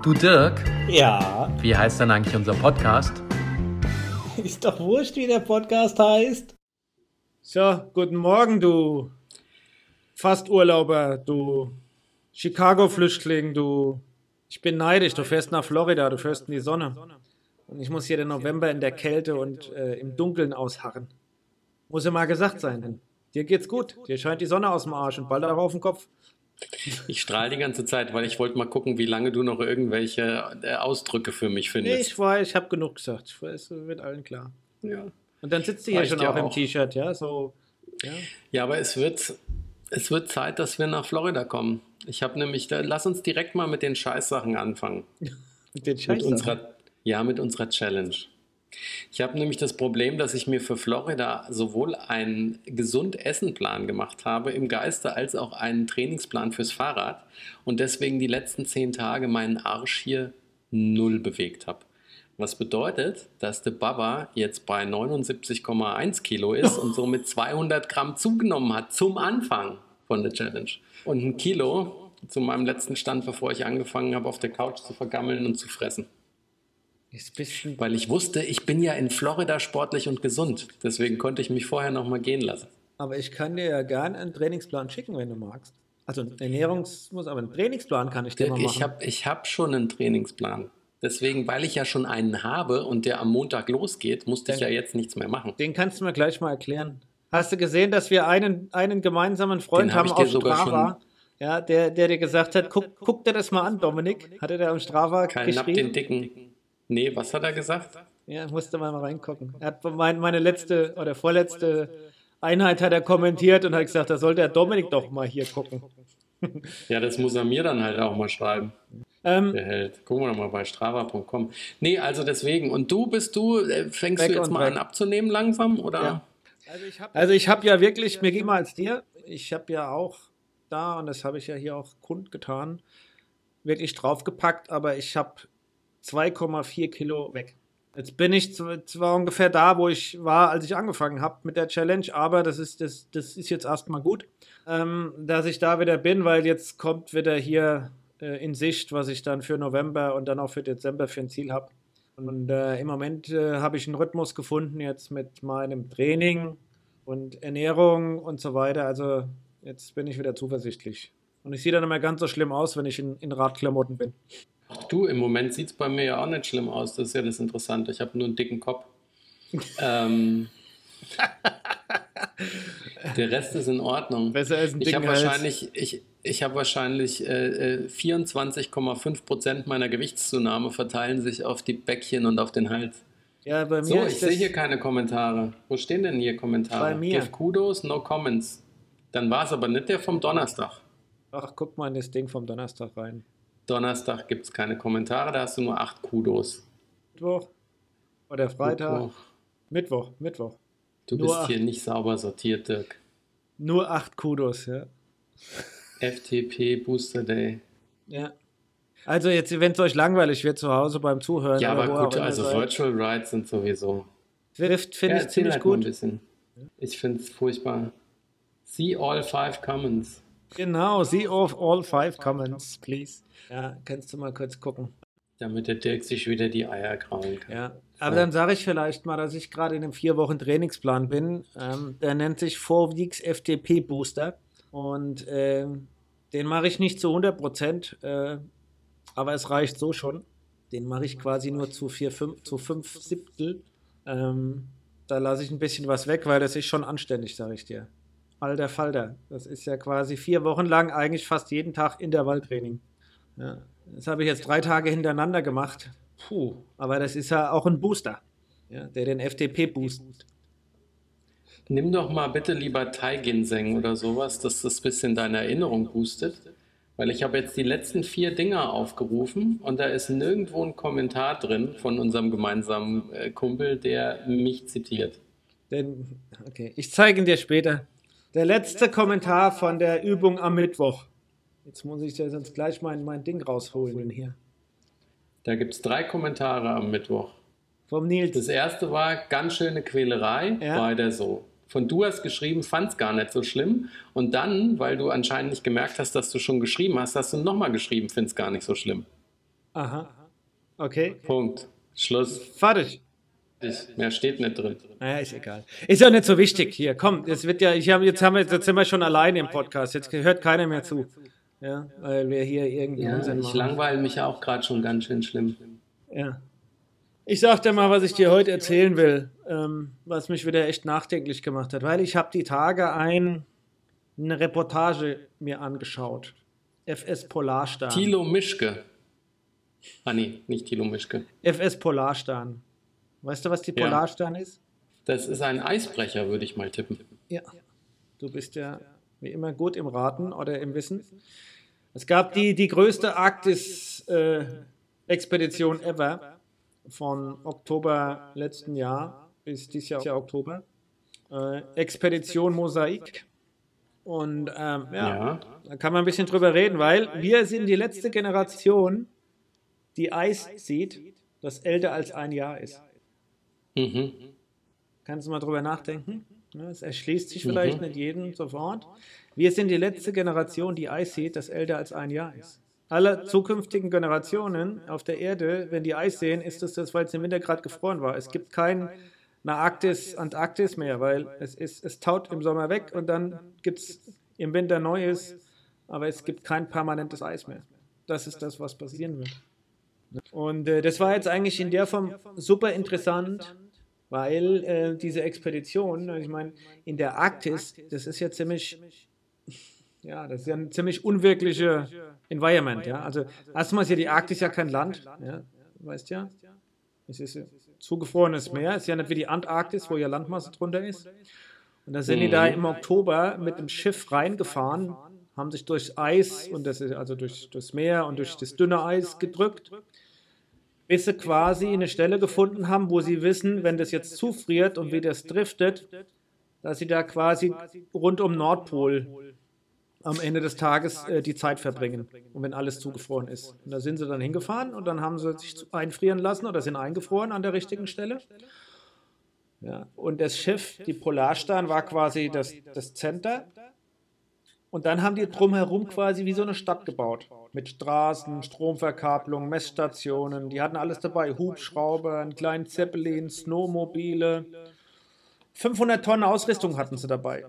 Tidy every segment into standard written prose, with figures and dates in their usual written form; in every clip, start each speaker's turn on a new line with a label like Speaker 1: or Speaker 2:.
Speaker 1: Du Dirk,
Speaker 2: Ja,
Speaker 1: wie heißt denn eigentlich unser Podcast?
Speaker 2: ist doch wurscht, wie der Podcast heißt. So, guten Morgen, du Fasturlauber, du Chicago-Flüchtling, du. Ich bin neidisch, du fährst nach Florida, du fährst in die Sonne. Und ich muss hier den November in der Kälte und im Dunkeln ausharren. Muss ja mal gesagt sein, denn dir geht's gut. Dir scheint die Sonne aus dem Arsch und bald auch auf den Kopf.
Speaker 3: Ich strahle die ganze Zeit, weil ich wollte mal gucken, wie lange du noch irgendwelche Ausdrücke für mich
Speaker 2: Nee,
Speaker 3: findest.
Speaker 2: ich weiß, ich habe genug gesagt. Ich weiß, wird allen klar.
Speaker 3: Ja.
Speaker 2: Und dann sitzt du hier
Speaker 3: Reicht
Speaker 2: schon
Speaker 3: ja
Speaker 2: auch im
Speaker 3: auch.
Speaker 2: T-Shirt, ja, so. Ja.
Speaker 3: Ja, aber es wird Zeit, dass wir nach Florida kommen. Ich habe nämlich, lass uns direkt mal mit den Scheißsachen anfangen.
Speaker 2: Mit den
Speaker 3: Mit
Speaker 2: Scheiße.
Speaker 3: unserer Challenge. Ich habe nämlich das Problem, dass ich mir für Florida sowohl einen Gesund-Essen-Plan gemacht habe im Geiste als auch einen Trainingsplan fürs Fahrrad und deswegen die letzten 10 Tage meinen Arsch hier null bewegt habe. Was bedeutet, dass der Baba jetzt bei 79,1 Kilo ist und somit 200 Gramm zugenommen hat zum Anfang von der Challenge. Und 1 Kilo zu meinem letzten Stand, bevor ich angefangen habe, auf der Couch zu vergammeln und zu fressen.
Speaker 2: Ist bisschen.
Speaker 3: Weil ich wusste, ich bin ja in Florida sportlich und gesund. Deswegen konnte ich mich vorher noch mal gehen lassen.
Speaker 2: Aber ich kann dir ja gerne einen Trainingsplan schicken, wenn du magst. Also ein aber einen Trainingsplan kann ich dir mal machen.
Speaker 3: Ich hab schon einen Trainingsplan. Deswegen, weil ich ja schon einen habe und der am Montag losgeht, musste ich ja jetzt nichts mehr machen.
Speaker 2: Den kannst du mir gleich mal erklären. Hast du gesehen, dass wir einen gemeinsamen Freund
Speaker 3: Den hab
Speaker 2: haben
Speaker 3: ich dir
Speaker 2: auf
Speaker 3: sogar
Speaker 2: Strava? Ja, der dir gesagt hat, guck dir das mal an, Dominik. Hat er da am Strava
Speaker 3: Kein Napp den
Speaker 2: geschrieben?
Speaker 3: Dicken. Nee, was hat er gesagt?
Speaker 2: Ja, musste mal reingucken. Er hat meine letzte oder vorletzte Einheit hat er kommentiert und hat gesagt, da soll der Dominik doch mal hier gucken.
Speaker 3: Ja, das muss er mir dann halt auch mal schreiben. Der Held. Gucken wir doch mal bei strava.com. Nee, also deswegen. Und fängst
Speaker 2: Weg
Speaker 3: du jetzt
Speaker 2: und
Speaker 3: mal
Speaker 2: weg.
Speaker 3: an abzunehmen langsam? Oder?
Speaker 2: Ja. Also ich habe ja wirklich, mir ging mal als dir, ich habe ja auch da, und das habe ich ja hier auch kundgetan, wirklich draufgepackt, aber ich habe 2,4 Kilo weg. Jetzt bin ich zwar ungefähr da, wo ich war, als ich angefangen habe mit der Challenge, aber das ist jetzt erstmal gut, dass ich da wieder bin, weil jetzt kommt wieder hier in Sicht, was ich dann für November und dann auch für Dezember für ein Ziel habe. Und im Moment habe ich einen Rhythmus gefunden jetzt mit meinem Training und Ernährung und so weiter. Also jetzt bin ich wieder zuversichtlich. Und ich sehe dann nicht mehr ganz so schlimm aus, wenn ich in Radklamotten bin.
Speaker 3: Du, im Moment sieht es bei mir ja auch nicht schlimm aus. Das ist ja das Interessante. Ich habe nur einen dicken Kopf. Der Rest ist in Ordnung.
Speaker 2: Besser als ein
Speaker 3: Ich habe
Speaker 2: dicken Hals.
Speaker 3: wahrscheinlich 24,5% meiner Gewichtszunahme verteilen sich auf die Bäckchen und auf den Hals.
Speaker 2: Ja, bei mir
Speaker 3: So,
Speaker 2: ist
Speaker 3: ich sehe hier keine Kommentare. Wo stehen denn hier Kommentare?
Speaker 2: Bei mir.
Speaker 3: Give Kudos, no comments. Dann war es aber nicht der vom Donnerstag.
Speaker 2: Ach, guck mal in das Ding vom Donnerstag rein.
Speaker 3: Donnerstag gibt es keine Kommentare, da hast du nur 8 Kudos.
Speaker 2: Mittwoch oder Freitag?
Speaker 3: Mittwoch.
Speaker 2: Mittwoch.
Speaker 3: Du
Speaker 2: Nur
Speaker 3: bist
Speaker 2: 8.
Speaker 3: hier nicht sauber sortiert, Dirk.
Speaker 2: Nur 8 Kudos, ja.
Speaker 3: FTP Booster Day.
Speaker 2: Ja. Also jetzt, wenn es euch langweilig wird zu Hause beim Zuhören.
Speaker 3: Ja,
Speaker 2: oder
Speaker 3: aber
Speaker 2: wo auch
Speaker 3: gut,
Speaker 2: immer
Speaker 3: also
Speaker 2: seid,
Speaker 3: Virtual Rides sind sowieso.
Speaker 2: Rift finde ich
Speaker 3: erzähl
Speaker 2: ziemlich
Speaker 3: halt mal ein
Speaker 2: gut.
Speaker 3: bisschen. Ich finde es furchtbar. See all 5 comments.
Speaker 2: Genau, see all 5 comments, please. Ja, kannst du mal kurz gucken.
Speaker 3: Damit der Dirk sich wieder die Eier kraulen kann.
Speaker 2: Ja, aber dann sage ich vielleicht mal, dass ich gerade in einem 4 Wochen Trainingsplan bin. Der nennt sich 4 Weeks FTP Booster. Und den mache ich nicht zu 100%, aber es reicht so schon. Den mache ich quasi nur zu 5 Siebtel. Da lasse ich ein bisschen was weg, weil das ist schon anständig, sage ich dir. Alter Falter. Das ist ja quasi 4 Wochen lang eigentlich fast jeden Tag Intervalltraining. Ja, das habe ich jetzt 3 Tage hintereinander gemacht. Puh, aber das ist ja auch ein Booster, ja, der den FTP boostet.
Speaker 3: Nimm doch mal bitte lieber Thai-Ginseng oder sowas, dass das ein bisschen deine Erinnerung boostet. Weil ich habe jetzt die letzten 4 Dinger aufgerufen und da ist nirgendwo ein Kommentar drin von unserem gemeinsamen Kumpel, der mich zitiert.
Speaker 2: Okay, ich zeige ihn dir später. Der letzte Kommentar von der Übung am Mittwoch. Jetzt muss ich ja sonst gleich mein Ding rausholen hier.
Speaker 3: Da gibt es 3 Kommentare am Mittwoch.
Speaker 2: Vom Nils.
Speaker 3: Das erste war, ganz schöne Quälerei,
Speaker 2: Ja.
Speaker 3: weiter so. Du hast geschrieben, fand es gar nicht so schlimm. Und dann, weil du anscheinend nicht gemerkt hast, dass du schon geschrieben hast, hast du nochmal geschrieben, find's gar nicht so schlimm.
Speaker 2: Aha. Okay.
Speaker 3: Punkt. Schluss.
Speaker 2: Fertig.
Speaker 3: Mehr steht nicht drin.
Speaker 2: Naja, ist egal. Ist ja nicht so wichtig. Hier, komm, jetzt sind wir schon alleine im Podcast. Jetzt hört keiner mehr zu. Ja, weil wir hier irgendwie
Speaker 3: Ja,
Speaker 2: Unsinn
Speaker 3: ich
Speaker 2: machen.
Speaker 3: langweile mich auch gerade schon ganz schön schlimm.
Speaker 2: Ja. Ich sag dir mal, was ich dir heute erzählen will, was mich wieder echt nachdenklich gemacht hat, weil ich habe die Tage eine Reportage mir angeschaut. FS Polarstern.
Speaker 3: Thilo Mischke. Ah nee, nicht Thilo Mischke.
Speaker 2: FS Polarstern. Weißt du, was die Polarstern ist?
Speaker 3: Das ist ein Eisbrecher, würde ich mal tippen.
Speaker 2: Ja. Du bist ja wie immer gut im Raten oder im Wissen. Es gab die größte Arktis-Expedition ever von Oktober letzten Jahr bis dieses Jahr Oktober. Expedition Mosaik. Und da kann man ein bisschen drüber reden, weil wir sind die letzte Generation, die Eis sieht, das älter als ein Jahr ist.
Speaker 3: Mhm.
Speaker 2: Kannst du mal drüber nachdenken? Es erschließt sich vielleicht nicht jedem sofort. Wir sind die letzte Generation, die Eis sieht, das älter als ein Jahr ist. Alle zukünftigen Generationen auf der Erde, wenn die Eis sehen, ist das, weil es im Winter gerade gefroren war. Es gibt kein Antarktis mehr, weil es taut im Sommer weg und dann gibt es im Winter Neues, aber es gibt kein permanentes Eis mehr. Das ist das, was passieren wird. Und das war jetzt eigentlich in der Form super interessant, weil diese Expedition, ich meine, in der Arktis, das ist ja das ist ja ein ziemlich unwirkliche Environment, ja. Also erstmal ist ja die Arktis ja kein Land, ja, weißt ja. Es ist ein zugefrorenes Meer, es ist ja nicht wie die Antarktis, wo ja Landmasse drunter ist. Und da sind die da im Oktober mit dem Schiff reingefahren, haben sich durchs Eis und das ist also durchs Meer und durch das dünne Eis gedrückt, bis sie quasi eine Stelle gefunden haben, wo sie wissen, wenn das jetzt zufriert und wie das driftet, dass sie da quasi rund um Nordpol am Ende des Tages die Zeit verbringen. Und wenn alles zugefroren ist. Und da sind sie dann hingefahren und dann haben sie sich einfrieren lassen oder sind eingefroren an der richtigen Stelle. Ja. Und das Schiff, die Polarstern, war quasi das Center. Und dann haben die drumherum quasi wie so eine Stadt gebaut. Mit Straßen, Stromverkabelung, Messstationen. Die hatten alles dabei. Hubschrauber, einen kleinen Zeppelin, Snowmobile. 500 Tonnen Ausrüstung hatten sie dabei.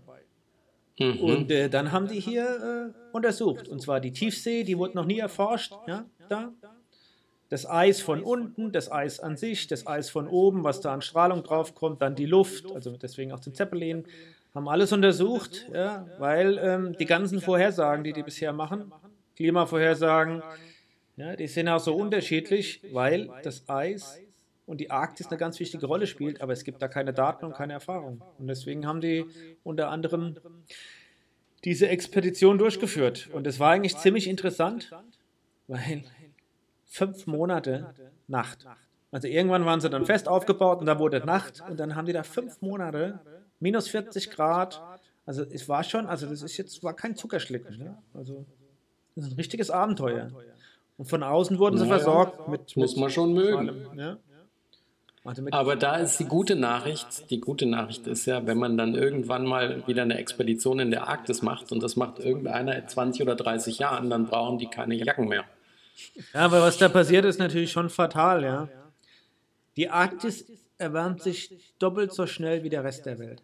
Speaker 2: Und dann haben die hier untersucht. Und zwar die Tiefsee, die wurde noch nie erforscht. Ja, da. Das Eis von unten, das Eis an sich, das Eis von oben, was da an Strahlung draufkommt, dann die Luft, also deswegen auch den Zeppelin. Haben alles untersucht, ja, weil die ganzen Vorhersagen, die bisher machen, Klimavorhersagen, ja, die sind auch so unterschiedlich, weil das Eis und die Arktis eine ganz wichtige Rolle spielt, aber es gibt da keine Daten und keine Erfahrung. Und deswegen haben die unter anderem diese Expedition durchgeführt. Und es war eigentlich ziemlich interessant, weil 5 Monate Nacht. Also irgendwann waren sie dann fest aufgebaut und da wurde Nacht und dann haben die da 5 Monate minus 40 Grad. Also es war schon, also war kein Zuckerschlecken. Ne? Also das ist ein richtiges Abenteuer. Und von außen wurden sie versorgt mit
Speaker 3: muss man schon mögen.
Speaker 2: allem, ja.
Speaker 3: Aber da ist die gute Nachricht. Die gute Nachricht ist ja, wenn man dann irgendwann mal wieder eine Expedition in der Arktis macht und das macht irgendeiner in 20 oder 30 Jahren, dann brauchen die keine Jacken mehr.
Speaker 2: Ja, aber was da passiert, ist natürlich schon fatal, ja. Die Arktis erwärmt sich doppelt so schnell wie der Rest der Welt.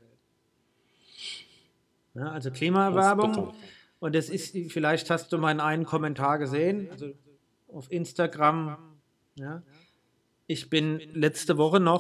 Speaker 2: Ja, also Klimaerwärmung. Und das ist, vielleicht hast du meinen einen Kommentar gesehen, also auf Instagram. Ja. Ich bin letzte Woche noch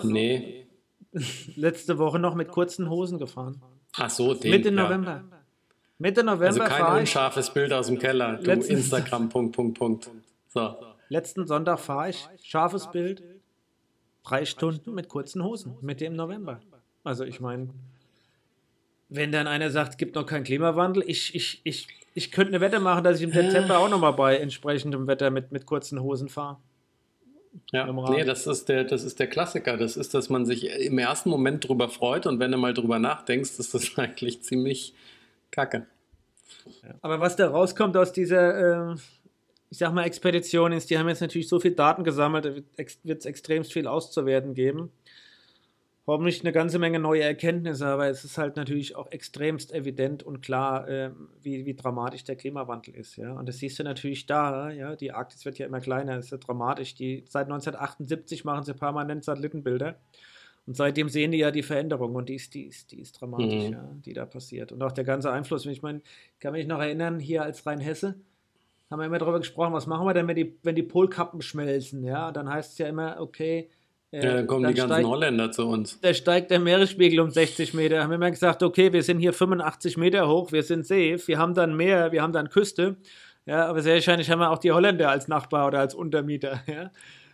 Speaker 2: mit kurzen Hosen gefahren.
Speaker 3: Ach so,
Speaker 2: Mitte November. Mitte November
Speaker 3: also kein
Speaker 2: fahre ich.
Speaker 3: unscharfes Bild aus dem Keller. Du Instagram, Punkt. So.
Speaker 2: Letzten Sonntag fahre ich, scharfes Bild, 3 Stunden mit kurzen Hosen, Mitte im November. Also ich meine, wenn dann einer sagt, es gibt noch keinen Klimawandel, ich könnte eine Wette machen, dass ich im Dezember auch nochmal bei entsprechendem Wetter mit kurzen Hosen fahre.
Speaker 3: Ja, nee, das ist der Klassiker. Das ist, dass man sich im ersten Moment drüber freut und wenn du mal drüber nachdenkst, ist das eigentlich ziemlich kacke.
Speaker 2: Aber was da rauskommt aus dieser, ich sag mal, Expedition ist, die haben jetzt natürlich so viel Daten gesammelt, da wird es extrem viel auszuwerten geben. hoffentlich eine ganze Menge neue Erkenntnisse, aber es ist halt natürlich auch extremst evident und klar, wie dramatisch der Klimawandel ist. Ja? Und das siehst du natürlich da, ja? Die Arktis wird ja immer kleiner, das ist ja dramatisch. Seit 1978 machen sie permanent Satellitenbilder und seitdem sehen die ja die Veränderung und die ist dramatisch, ja, die da passiert. Und auch der ganze Einfluss, ich meine, ich kann mich noch erinnern, hier als Rheinhesse haben wir immer darüber gesprochen, was machen wir denn, wenn die Polkappen schmelzen, ja? Dann heißt es ja immer, okay,
Speaker 3: dann kommen die ganzen Holländer zu uns.
Speaker 2: Da steigt der Meeresspiegel um 60 Meter. Haben wir immer gesagt, okay, wir sind hier 85 Meter hoch, wir sind safe, wir haben dann Meer, wir haben dann Küste. Ja, aber sehr wahrscheinlich haben wir auch die Holländer als Nachbar oder als Untermieter. Ja.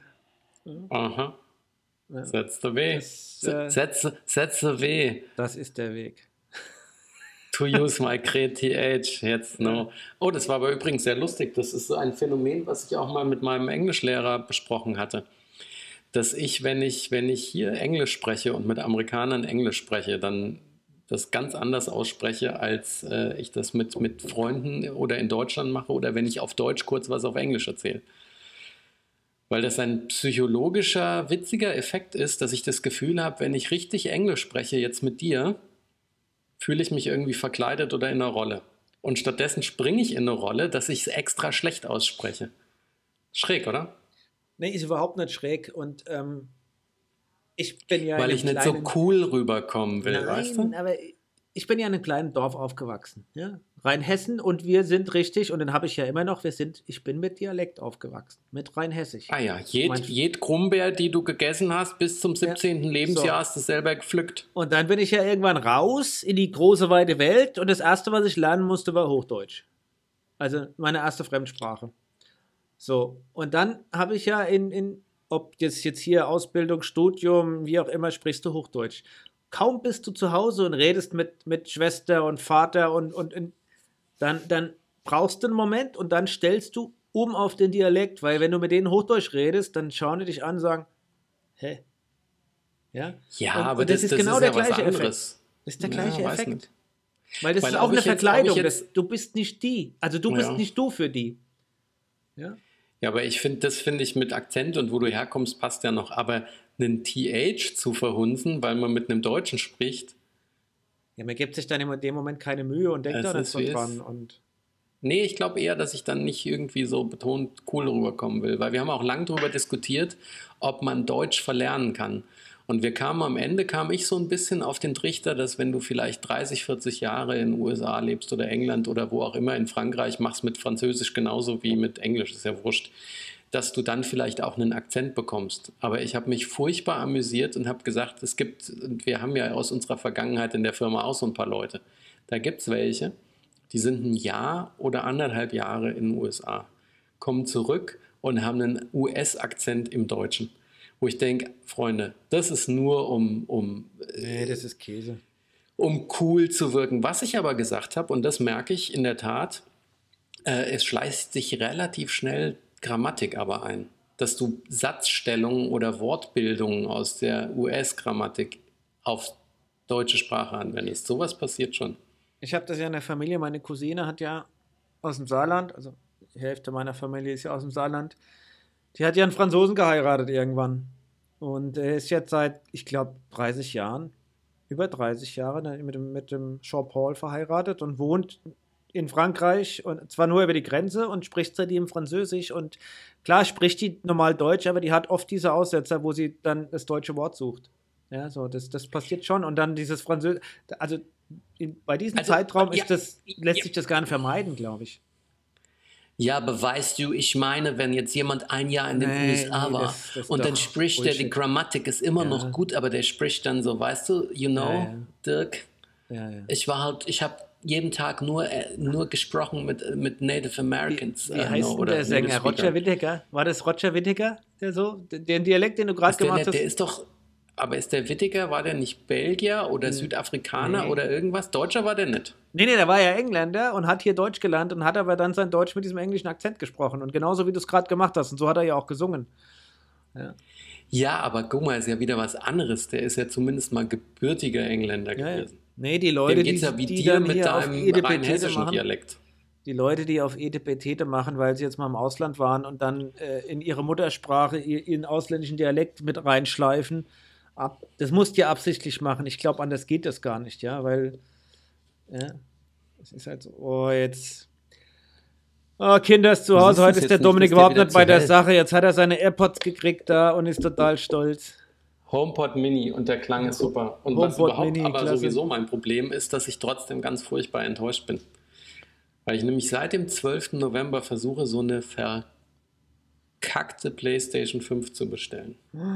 Speaker 3: Aha. Ja. That's the way. That's the way.
Speaker 2: Das ist der Weg.
Speaker 3: To use my th jetzt no. Oh, das war aber übrigens sehr lustig. Das ist so ein Phänomen, was ich auch mal mit meinem Englischlehrer besprochen hatte. Dass wenn ich hier Englisch spreche und mit Amerikanern Englisch spreche, dann das ganz anders ausspreche, als ich das mit Freunden oder in Deutschland mache oder wenn ich auf Deutsch kurz was auf Englisch erzähle. Weil das ein psychologischer, witziger Effekt ist, dass ich das Gefühl habe, wenn ich richtig Englisch spreche, jetzt mit dir, fühle ich mich irgendwie verkleidet oder in einer Rolle. Und stattdessen springe ich in eine Rolle, dass ich es extra schlecht ausspreche. Schräg, oder?
Speaker 2: Nee, ist überhaupt nicht schräg und ich bin ja
Speaker 3: weil ich nicht so cool rüberkommen will, weißt du?
Speaker 2: Aber ich bin ja in einem kleinen Dorf aufgewachsen, ja? Rheinhessen und wir sind richtig, und den habe ich ja immer noch, ich bin mit Dialekt aufgewachsen, mit Rheinhessisch.
Speaker 3: Ah ja, jed Krummbeer, die du gegessen hast, bis zum 17. Lebensjahr hast du selber gepflückt.
Speaker 2: Und dann bin ich ja irgendwann raus in die große, weite Welt und das Erste, was ich lernen musste, war Hochdeutsch. Also meine erste Fremdsprache. So, und dann habe ich ja ob jetzt hier Ausbildung, Studium, wie auch immer, sprichst du Hochdeutsch. Kaum bist du zu Hause und redest mit Schwester und Vater und dann brauchst du einen Moment und dann stellst du auf den Dialekt, weil wenn du mit denen Hochdeutsch redest, dann schauen die dich an und sagen, hä? Ja,
Speaker 3: aber das ist genau der gleiche Effekt. Das
Speaker 2: ist der gleiche Effekt. Weil das ist auch eine Verkleidung. Du bist nicht die. Also du bist nicht du für die. Ja.
Speaker 3: Ja, aber das finde ich mit Akzent und wo du herkommst, passt ja noch. Aber einen TH zu verhunzen, weil man mit einem Deutschen spricht.
Speaker 2: Ja, man gibt sich dann in dem Moment keine Mühe und denkt da nicht so dran.
Speaker 3: Nee, ich glaube eher, dass ich dann nicht irgendwie so betont cool rüberkommen will. Weil wir haben auch lange darüber diskutiert, ob man Deutsch verlernen kann. Und am Ende kam ich so ein bisschen auf den Trichter, dass wenn du vielleicht 30, 40 Jahre in den USA lebst oder England oder wo auch immer, in Frankreich, machst mit Französisch genauso wie mit Englisch, ist ja wurscht, dass du dann vielleicht auch einen Akzent bekommst. Aber ich habe mich furchtbar amüsiert und habe gesagt, wir haben ja aus unserer Vergangenheit in der Firma auch so ein paar Leute. Da gibt es welche, die sind ein Jahr oder 1,5 Jahre in den USA, kommen zurück und haben einen US-Akzent im Deutschen. Wo ich denke, Freunde, das ist nur
Speaker 2: nee, das ist Käse.
Speaker 3: Um cool zu wirken. Was ich aber gesagt habe, und das merke ich in der Tat, es schleicht sich relativ schnell Grammatik aber ein. Dass du Satzstellungen oder Wortbildungen aus der US-Grammatik auf deutsche Sprache anwendest. Sowas passiert schon.
Speaker 2: Ich habe das ja in der Familie, meine Cousine hat ja aus dem Saarland, also die Hälfte meiner Familie ist ja aus dem Saarland, die hat ja einen Franzosen geheiratet irgendwann. Und er ist jetzt seit, ich glaube, 30 Jahren, über 30 Jahre mit dem Jean-Paul verheiratet und wohnt in Frankreich, und zwar nur über die Grenze, und spricht seitdem Französisch. Und klar spricht die normal Deutsch, aber die hat oft diese Aussetzer, wo sie dann das deutsche Wort sucht. Ja, so, das passiert schon. Und dann dieses Französisch, also bei diesem Zeitraum lässt sich das gar nicht vermeiden, glaube ich.
Speaker 3: Ja, aber weißt du, ich meine, wenn jetzt jemand ein Jahr in den USA war und dann spricht Bullshit. Die Grammatik ist immer noch gut, aber der spricht dann so, weißt du, Dirk, ich habe jeden Tag nur gesprochen mit Native Americans.
Speaker 2: Wie heißt denn der Sänger? Roger Whittaker? War das Roger Whittaker, den Dialekt, den du gerade gemacht hast?
Speaker 3: Der ist doch, aber ist der Whittaker, war der nicht Belgier oder Südafrikaner oder irgendwas? Deutscher war der nicht.
Speaker 2: Nee, der war ja Engländer und hat hier Deutsch gelernt und hat aber dann sein Deutsch mit diesem englischen Akzent gesprochen. Und genauso wie du es gerade gemacht hast. Und so hat er ja auch gesungen.
Speaker 3: Ja, aber guck mal, ist ja wieder was anderes. Der ist ja zumindest mal gebürtiger Engländer gewesen.
Speaker 2: Nee, die Leute, die dann
Speaker 3: mit
Speaker 2: hier auf
Speaker 3: rheinhessischen
Speaker 2: machen,
Speaker 3: Dialekt.
Speaker 2: Die Leute, die auf Etepetete machen, weil sie jetzt mal im Ausland waren und dann in ihre Muttersprache ihren ausländischen Dialekt mit reinschleifen. Das musst du ja absichtlich machen. Ich glaube, anders geht das gar nicht, ja, weil es ist halt so, Kinder ist zu Hause, heute ist der Dominik überhaupt nicht bei der Sache, jetzt hat er seine AirPods gekriegt da und ist total stolz.
Speaker 3: HomePod Mini und der Klang ist super. Und
Speaker 2: HomePod
Speaker 3: was überhaupt
Speaker 2: Mini,
Speaker 3: aber
Speaker 2: klasse.
Speaker 3: sowieso mein Problem ist, dass ich trotzdem ganz furchtbar enttäuscht bin. Weil ich nämlich seit dem 12. November versuche, so eine verkackte PlayStation 5 zu bestellen.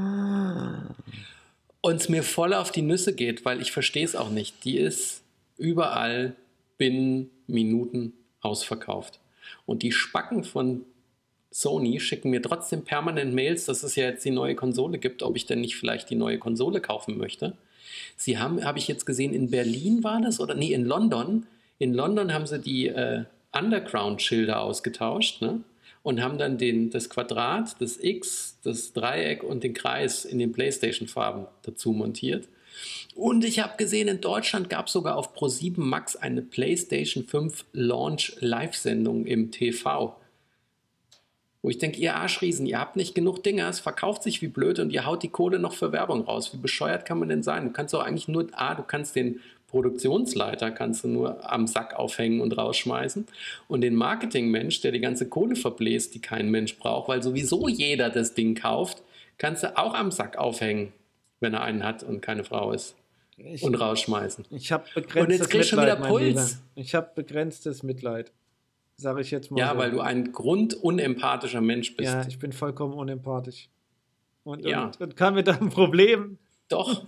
Speaker 3: Und es mir voll auf die Nüsse geht, weil ich verstehe es auch nicht. Die ist überall binnen Minuten ausverkauft. Und die Spacken von Sony schicken mir trotzdem permanent Mails, dass es ja jetzt die neue Konsole gibt, ob ich denn nicht vielleicht die neue Konsole kaufen möchte. Sie haben, habe ich jetzt gesehen, in Berlin war das, oder nee, in London. In London haben sie die Underground-Schilder ausgetauscht, ne? Und haben dann das Quadrat, das X, das Dreieck und den Kreis in den PlayStation-Farben dazu montiert. Und ich habe gesehen, in Deutschland gab es sogar auf Pro7 Max eine PlayStation 5 Launch-Live-Sendung im TV. Wo ich denke, ihr Arschriesen, ihr habt nicht genug Dinger, es verkauft sich wie blöd und ihr haut die Kohle noch für Werbung raus. Wie bescheuert kann man denn sein? Du kannst doch eigentlich nur, du kannst den Produktionsleiter kannst du nur am Sack aufhängen und rausschmeißen und den Marketingmensch, der die ganze Kohle verbläst, die kein Mensch braucht, weil sowieso jeder das Ding kauft, kannst du auch am Sack aufhängen, wenn er einen hat und keine Frau ist. Und rausschmeißen.
Speaker 2: Ich habe begrenztes Mitleid, mein Lieber. Ich habe begrenztes Mitleid. Sage ich jetzt mal.
Speaker 3: Ja,
Speaker 2: so.
Speaker 3: weil du ein grundunempathischer Mensch bist.
Speaker 2: Ja, ich bin vollkommen unempathisch. Und kam mit einem Problem.
Speaker 3: Doch.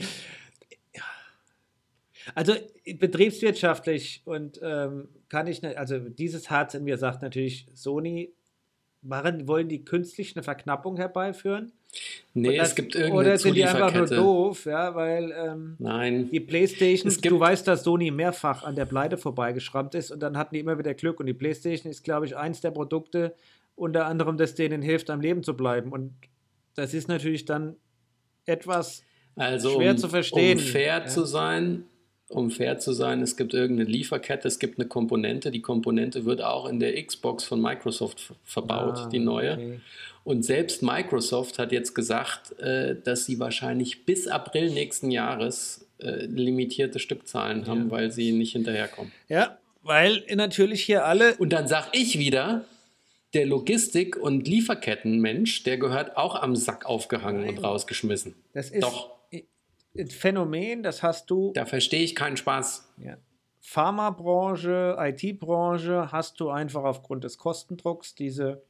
Speaker 2: Also betriebswirtschaftlich und kann ich nicht, also dieses Herz in mir sagt natürlich, Sony, wollen die künstlich eine Verknappung herbeiführen?
Speaker 3: Nee, es gibt irgendeine
Speaker 2: oder sind die einfach nur
Speaker 3: Zulieferkette.
Speaker 2: doof, ja, weil
Speaker 3: Nein.
Speaker 2: die Playstation, du weißt, dass Sony mehrfach an der Pleite vorbeigeschrammt ist und dann hatten die immer wieder Glück und die Playstation ist, glaube ich, eins der Produkte, unter anderem, das denen hilft, am Leben zu bleiben und das ist natürlich dann etwas schwer zu verstehen.
Speaker 3: Um fair zu sein, es gibt irgendeine Lieferkette, es gibt eine Komponente, die Komponente wird auch in der Xbox von Microsoft verbaut, die neue.
Speaker 2: Okay.
Speaker 3: Und selbst Microsoft hat jetzt gesagt, dass sie wahrscheinlich bis April nächsten Jahres limitierte Stückzahlen haben, weil sie nicht hinterherkommen.
Speaker 2: Ja, weil natürlich hier alle...
Speaker 3: Und dann sage ich wieder, der Logistik- und Lieferkettenmensch, der gehört auch am Sack aufgehangen und rausgeschmissen.
Speaker 2: Das ist
Speaker 3: Doch.
Speaker 2: ein Phänomen, das hast du...
Speaker 3: Da verstehe ich keinen Spaß.
Speaker 2: Ja. Pharmabranche, IT-Branche hast du einfach aufgrund des Kostendrucks diese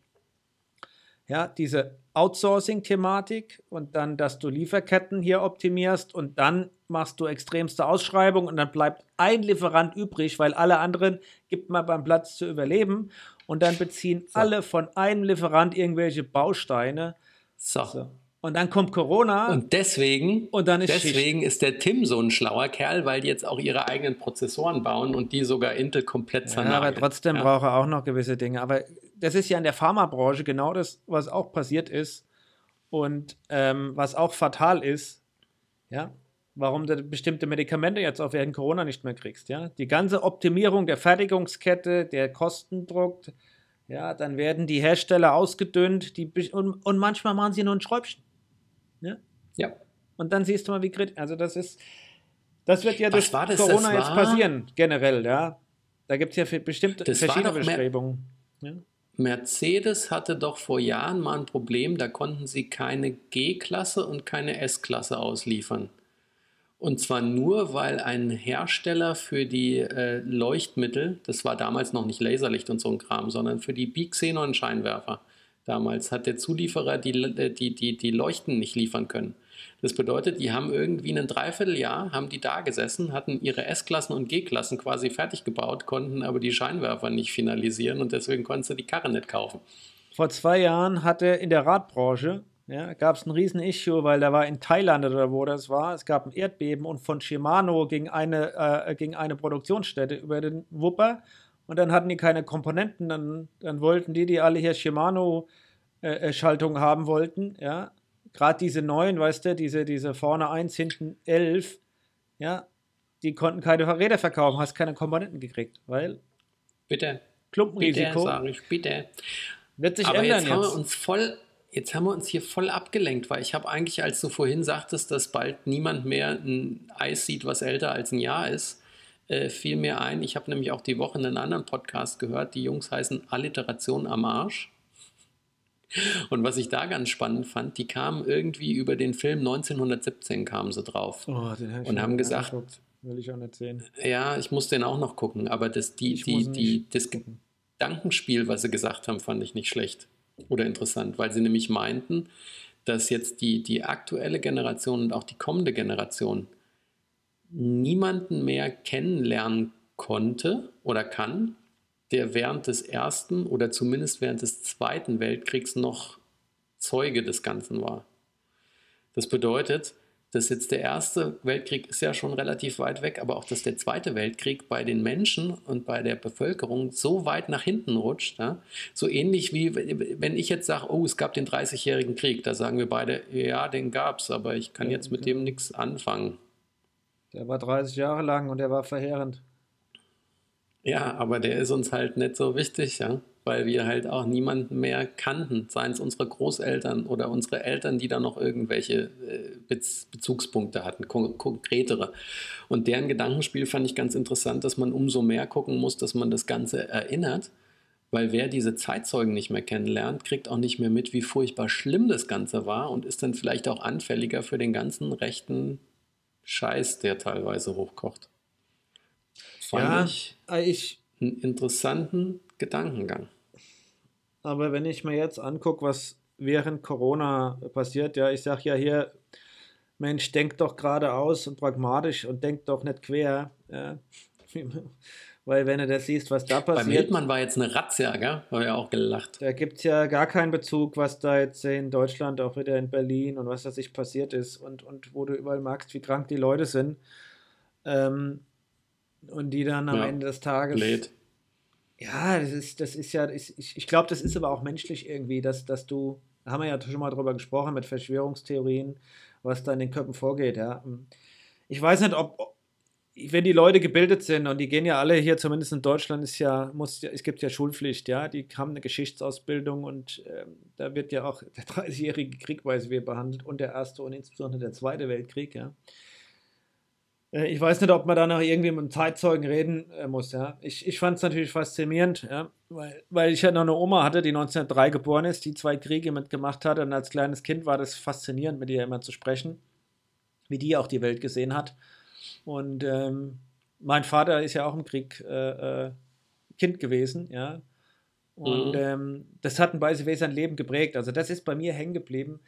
Speaker 2: Outsourcing-Thematik und dann, dass du Lieferketten hier optimierst und dann machst du extremste Ausschreibungen und dann bleibt ein Lieferant übrig, weil alle anderen gibt man beim Platz zu überleben und dann beziehen alle von einem Lieferant irgendwelche Bausteine.
Speaker 3: So.
Speaker 2: Und dann kommt Corona.
Speaker 3: Und deswegen
Speaker 2: Schicht.
Speaker 3: ist der Tim so ein schlauer Kerl, weil die jetzt auch ihre eigenen Prozessoren bauen und die sogar Intel komplett zernageln.
Speaker 2: Ja, aber trotzdem braucht er auch noch gewisse Dinge. Aber das ist ja in der Pharmabranche genau das, was auch passiert ist und was auch fatal ist, ja, warum du bestimmte Medikamente jetzt auch während Corona nicht mehr kriegst, ja. Die ganze Optimierung der Fertigungskette, der Kostendruck, ja, dann werden die Hersteller ausgedünnt und manchmal machen sie nur ein Schräubchen.
Speaker 3: Ja.
Speaker 2: Und dann siehst du mal, wie kritisch. Also das wird ja durch
Speaker 3: Corona
Speaker 2: jetzt passieren, generell, ja. Da gibt es ja verschiedene Bestrebungen. Ja.
Speaker 3: Mercedes hatte doch vor Jahren mal ein Problem, da konnten sie keine G-Klasse und keine S-Klasse ausliefern. Und zwar nur, weil ein Hersteller für die Leuchtmittel, das war damals noch nicht Laserlicht und so ein Kram, sondern für die Bixenon-Scheinwerfer. Damals hat der Zulieferer die Leuchten nicht liefern können. Das bedeutet, die haben irgendwie ein Dreivierteljahr, haben die da gesessen, hatten ihre S-Klassen und G-Klassen quasi fertig gebaut, konnten aber die Scheinwerfer nicht finalisieren und deswegen konntest du die Karre nicht kaufen.
Speaker 2: Vor 2 Jahren hatte in der Radbranche, gab es ein Riesen-Issue, weil da war in Thailand oder wo das war, es gab ein Erdbeben und von Shimano ging eine Produktionsstätte über den Wupper und dann hatten die keine Komponenten, dann wollten die alle hier Shimano-Schaltungen haben wollten, ja. Gerade diese neuen, weißt du, diese vorne 1, hinten 11, ja, die konnten keine Räder verkaufen, hast keine Komponenten gekriegt, weil
Speaker 3: Bitte.
Speaker 2: Klumpenrisiko.
Speaker 3: Bitte, sag ich, bitte.
Speaker 2: Wird sich
Speaker 3: aber
Speaker 2: ändern
Speaker 3: jetzt haben wir uns voll jetzt haben wir uns hier voll abgelenkt, weil ich habe eigentlich, als du vorhin sagtest, dass bald niemand mehr ein Eis sieht, was älter als ein Jahr ist, fiel mir ein, ich habe nämlich auch die Woche einen anderen Podcast gehört, die Jungs heißen Alliteration am Arsch. Und was ich da ganz spannend fand, die kamen irgendwie über den Film 1917 kamen sie drauf
Speaker 2: Oh, den habe ich
Speaker 3: und
Speaker 2: schon
Speaker 3: haben
Speaker 2: wieder
Speaker 3: gesagt,
Speaker 2: angeguckt. Will ich auch nicht sehen.
Speaker 3: ja, ich muss den auch noch gucken, aber das
Speaker 2: Ich muss ihn nicht
Speaker 3: das
Speaker 2: gucken.
Speaker 3: Gedankenspiel, was sie gesagt haben, fand ich nicht schlecht oder interessant, weil sie nämlich meinten, dass jetzt die aktuelle Generation und auch die kommende Generation niemanden mehr kennenlernen konnte oder kann, der während des Ersten oder zumindest während des Zweiten Weltkriegs noch Zeuge des Ganzen war. Das bedeutet, dass jetzt der Erste Weltkrieg ist ja schon relativ weit weg, aber auch, dass der Zweite Weltkrieg bei den Menschen und bei der Bevölkerung so weit nach hinten rutscht. Ja? So ähnlich wie, wenn ich jetzt sage, oh, es gab den 30-jährigen Krieg, da sagen wir beide, ja, den gab es, aber ich kann
Speaker 2: Ja,
Speaker 3: jetzt mit dem nichts anfangen.
Speaker 2: Der war 30 Jahre lang und der war verheerend.
Speaker 3: Ja, aber der ist uns halt nicht so wichtig, ja, weil wir halt auch niemanden mehr kannten, seien es unsere Großeltern oder unsere Eltern, die da noch irgendwelche Bezugspunkte hatten, konkretere. Und deren Gedankenspiel fand ich ganz interessant, dass man umso mehr gucken muss, dass man das Ganze erinnert, weil wer diese Zeitzeugen nicht mehr kennenlernt, kriegt auch nicht mehr mit, wie furchtbar schlimm das Ganze war und ist dann vielleicht auch anfälliger für den ganzen rechten Scheiß, der teilweise hochkocht. Fand ich
Speaker 2: ich,
Speaker 3: einen interessanten Gedankengang.
Speaker 2: aber wenn ich mir jetzt angucke, was während Corona passiert, ja, ich sage ja hier, Mensch, denk doch geradeaus und pragmatisch und denk doch nicht quer. Ja. Weil wenn du das siehst, was da
Speaker 3: Beim
Speaker 2: passiert,
Speaker 3: Hildmann war jetzt eine Razzia, gell? Haben wir ja auch gelacht.
Speaker 2: da gibt es ja gar keinen Bezug, was da jetzt in Deutschland, auch wieder in Berlin und was da sich passiert ist und wo du überall merkst, wie krank die Leute sind. Ähm, und die dann am
Speaker 3: Ja,
Speaker 2: Ende des Tages.
Speaker 3: blöd.
Speaker 2: Ja, das ist ja, ich glaube, das ist aber auch menschlich irgendwie, dass du, da haben wir ja schon mal drüber gesprochen mit Verschwörungstheorien, was da in den Köpfen vorgeht, ja. Ich weiß nicht, wenn die Leute gebildet sind und die gehen ja alle hier, zumindest in Deutschland es gibt ja Schulpflicht, ja, die haben eine Geschichtsausbildung und da wird ja auch der 30-jährige Krieg, weiß wir, behandelt und der Erste und insbesondere der Zweite Weltkrieg, ja. Ich weiß nicht, ob man da noch irgendwie mit einem Zeitzeugen reden muss, ja. Ich fand es natürlich faszinierend, ja, weil ich ja noch eine Oma hatte, die 1903 geboren ist, die 2 Kriege mitgemacht hat und als kleines Kind war das faszinierend, mit ihr immer zu sprechen, wie die auch die Welt gesehen hat. Und mein Vater ist ja auch im Krieg Kind gewesen, ja. Und das hat bei sich sein Leben geprägt. Also das ist bei mir hängen geblieben.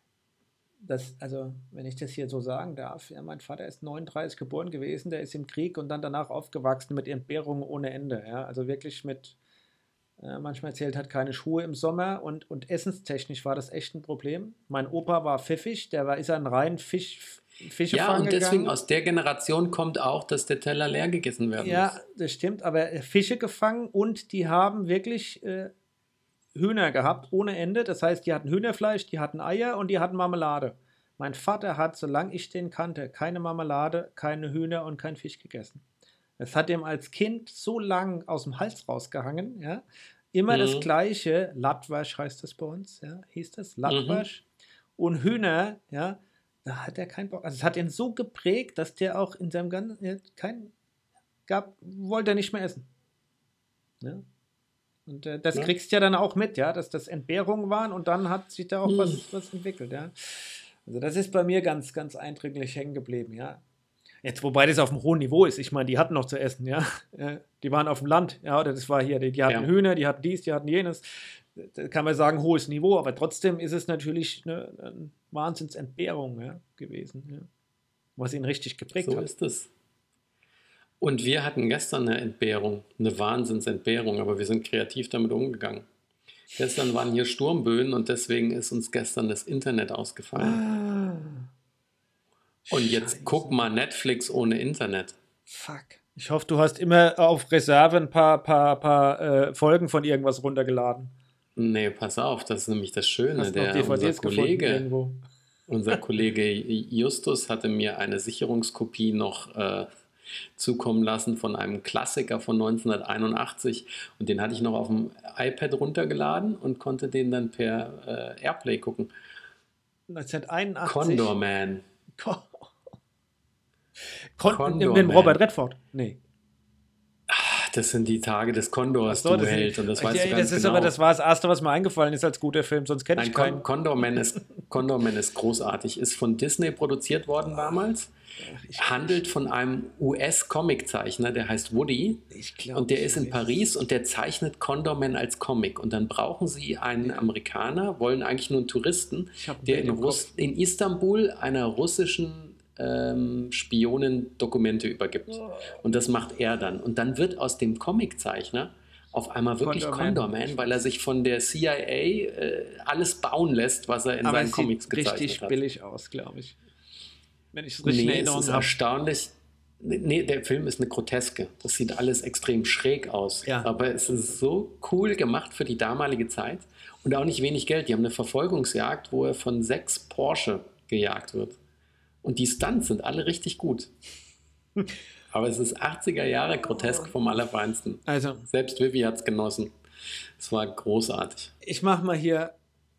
Speaker 2: Also, wenn ich das hier so sagen darf, ja, mein Vater ist 39 geboren gewesen, der ist im Krieg und dann danach aufgewachsen mit Entbehrungen ohne Ende. Ja, also wirklich mit, manchmal erzählt hat, keine Schuhe im Sommer und essenstechnisch war das echt ein Problem. Mein Opa war pfiffig, ist ein rein Fische
Speaker 3: Ja,
Speaker 2: fangen
Speaker 3: und deswegen
Speaker 2: gegangen.
Speaker 3: aus der Generation kommt auch, dass der Teller leer gegessen werden
Speaker 2: Ja,
Speaker 3: muss.
Speaker 2: das stimmt, aber Fische gefangen und die haben wirklich Hühner gehabt ohne Ende. Das heißt, die hatten Hühnerfleisch, die hatten Eier und die hatten Marmelade. Mein Vater hat, solange ich den kannte, keine Marmelade, keine Hühner und kein Fisch gegessen. Es hat ihm als Kind so lang aus dem Hals rausgehangen, ja. Immer das Gleiche, Latwasch heißt das bei uns, ja, hieß das, Latwasch. Und Hühner, ja, da hat er keinen Bock. Also es hat ihn so geprägt, dass der auch in seinem ganzen, wollte er nicht mehr essen. Ja. Und das kriegst du ja dann auch mit, ja, dass das Entbehrungen waren und dann hat sich da auch was entwickelt, ja. Also das ist bei mir ganz, ganz eindrücklich hängen geblieben, ja. Jetzt, wobei das auf einem hohen Niveau ist. Ich meine, die hatten noch zu essen, ja. Die waren auf dem Land, ja, oder das war hier, die hatten Hühner, die hatten dies, die hatten jenes. Da kann man sagen, hohes Niveau, aber trotzdem ist es natürlich eine Wahnsinnsentbehrung, ja, gewesen, ja. Was ihn richtig geprägt hat.
Speaker 3: So ist es. Und wir hatten gestern eine Entbehrung, eine Wahnsinnsentbehrung, aber wir sind kreativ damit umgegangen. Gestern waren hier Sturmböen und deswegen ist uns gestern das Internet ausgefallen. Und jetzt guck mal Netflix ohne Internet.
Speaker 2: Fuck. Ich hoffe, du hast immer auf Reserve ein paar Folgen von irgendwas runtergeladen.
Speaker 3: Nee, pass auf, das ist nämlich das Schöne.
Speaker 2: Hast noch DVDs gefunden irgendwo?
Speaker 3: Unser Kollege Justus hatte mir eine Sicherungskopie noch zukommen lassen von einem Klassiker von 1981 und den hatte ich noch auf dem iPad runtergeladen und konnte den dann per Airplay gucken.
Speaker 2: 1981.
Speaker 3: Condor Man.
Speaker 2: Mit dem Robert Redford? Nee.
Speaker 3: Das sind die Tage des Kondors,
Speaker 2: So,
Speaker 3: du Held. Und das weißt du ganz
Speaker 2: das ist
Speaker 3: genau.
Speaker 2: Aber das war das Erste, was mir eingefallen ist als guter Film, sonst kenne ich keinen.
Speaker 3: Condor Man ist großartig. Ist von Disney produziert worden damals. Handelt von einem US-Comic-Zeichner, der heißt Woody. Und der ist in Paris und der zeichnet Condor Man als Comic. Und dann brauchen sie einen Amerikaner, wollen eigentlich nur einen Touristen, der in Istanbul einer russischen Spionen Dokumente übergibt. Und das macht er dann. Und dann wird aus dem Comiczeichner auf einmal wirklich Condor Man, weil er sich von der CIA alles bauen lässt, was er in seinen Comics gezeichnet hat.
Speaker 2: Richtig billig aus, glaube ich. Wenn ich es richtig in Erinnerung habe.
Speaker 3: Es ist erstaunlich. Nee, der Film ist eine Groteske. Das sieht alles extrem schräg aus.
Speaker 2: Ja.
Speaker 3: Aber es ist so cool gemacht für die damalige Zeit. Und auch nicht wenig Geld. Die haben eine Verfolgungsjagd, wo er von 6 Porsche gejagt wird. Und die Stunts sind alle richtig gut. Aber es ist 80er Jahre grotesk vom Allerfeinsten.
Speaker 2: Also,
Speaker 3: selbst Vivi hat es genossen. Es war großartig.
Speaker 2: Ich mache mal hier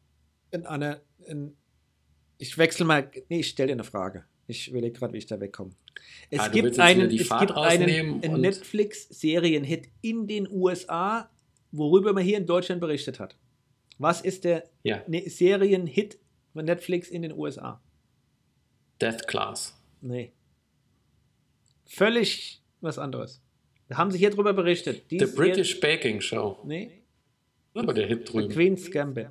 Speaker 2: ich wechsle mal. Nee, ich stelle dir eine Frage. Ich überlege gerade, wie ich da wegkomme. Es gibt einen Netflix-Serienhit in den USA, worüber man hier in Deutschland berichtet hat. Was ist der Serienhit von Netflix in den USA?
Speaker 3: Death Class.
Speaker 2: Nee. Völlig was anderes. Da haben sie hier drüber berichtet.
Speaker 3: The British Baking Show.
Speaker 2: Nee.
Speaker 3: Aber der Hit drüben.
Speaker 2: The Queen's Gambit.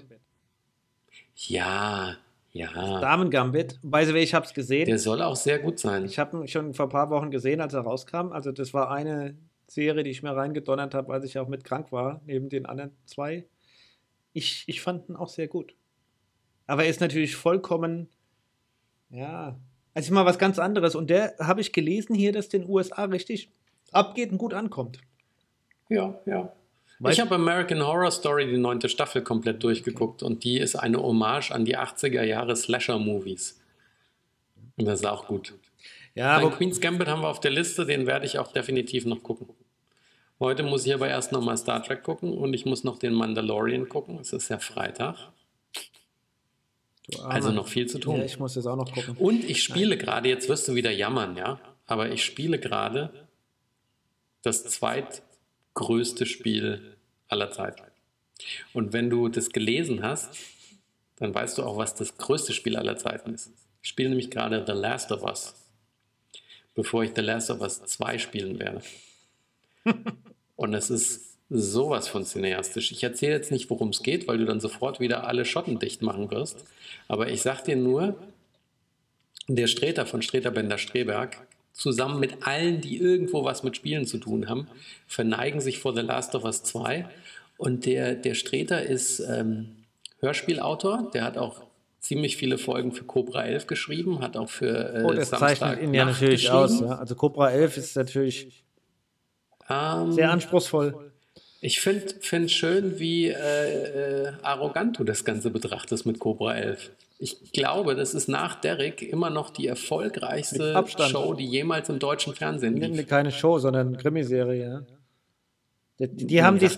Speaker 3: Ja.
Speaker 2: Damen Gambit. By the way, ich habe es gesehen.
Speaker 3: Der soll auch sehr gut sein.
Speaker 2: Ich habe ihn schon vor ein paar Wochen gesehen, als er rauskam. Also das war eine Serie, die ich mir reingedonnert habe, als ich auch mit krank war, neben den anderen 2. Ich fand ihn auch sehr gut. Aber er ist natürlich vollkommen, also mal was ganz anderes. Und der habe ich gelesen hier, dass den USA richtig abgeht und gut ankommt.
Speaker 3: Ja. Ich habe American Horror Story, die 9. Staffel, komplett durchgeguckt. Und die ist eine Hommage an die 80er Jahre Slasher-Movies. Und das ist auch gut.
Speaker 2: Ja, aber
Speaker 3: Queen's Gambit haben wir auf der Liste, den werde ich auch definitiv noch gucken. Heute muss ich aber erst nochmal Star Trek gucken und ich muss noch den Mandalorian gucken. Es ist ja Freitag. Also noch viel zu tun.
Speaker 2: Ja, ich muss das auch noch gucken.
Speaker 3: Und ich spiele gerade, jetzt wirst du wieder jammern, ja, aber ich spiele gerade das zweitgrößte Spiel aller Zeiten. Und wenn du das gelesen hast, dann weißt du auch, was das größte Spiel aller Zeiten ist. Ich spiele nämlich gerade The Last of Us, bevor ich The Last of Us 2 spielen werde. Und es ist sowas von cineastisch. Ich erzähle jetzt nicht, worum es geht, weil du dann sofort wieder alle Schotten dicht machen wirst. Aber ich sag dir nur, der Sträter von Sträter Bender-Streberg, zusammen mit allen, die irgendwo was mit Spielen zu tun haben, verneigen sich vor The Last of Us 2. Und der Sträter ist Hörspielautor, der hat auch ziemlich viele Folgen für Cobra 11 geschrieben, hat auch für
Speaker 2: das zeichnet ihn ja natürlich aus. Ja? Also Cobra 11 ist natürlich sehr anspruchsvoll.
Speaker 3: Ich finde schön, wie arrogant du das Ganze betrachtest mit Cobra 11. Ich glaube, das ist nach Derrick immer noch die erfolgreichste Show, die jemals im deutschen Fernsehen lief.
Speaker 2: Keine Show, sondern eine Krimiserie. Ja. Die haben die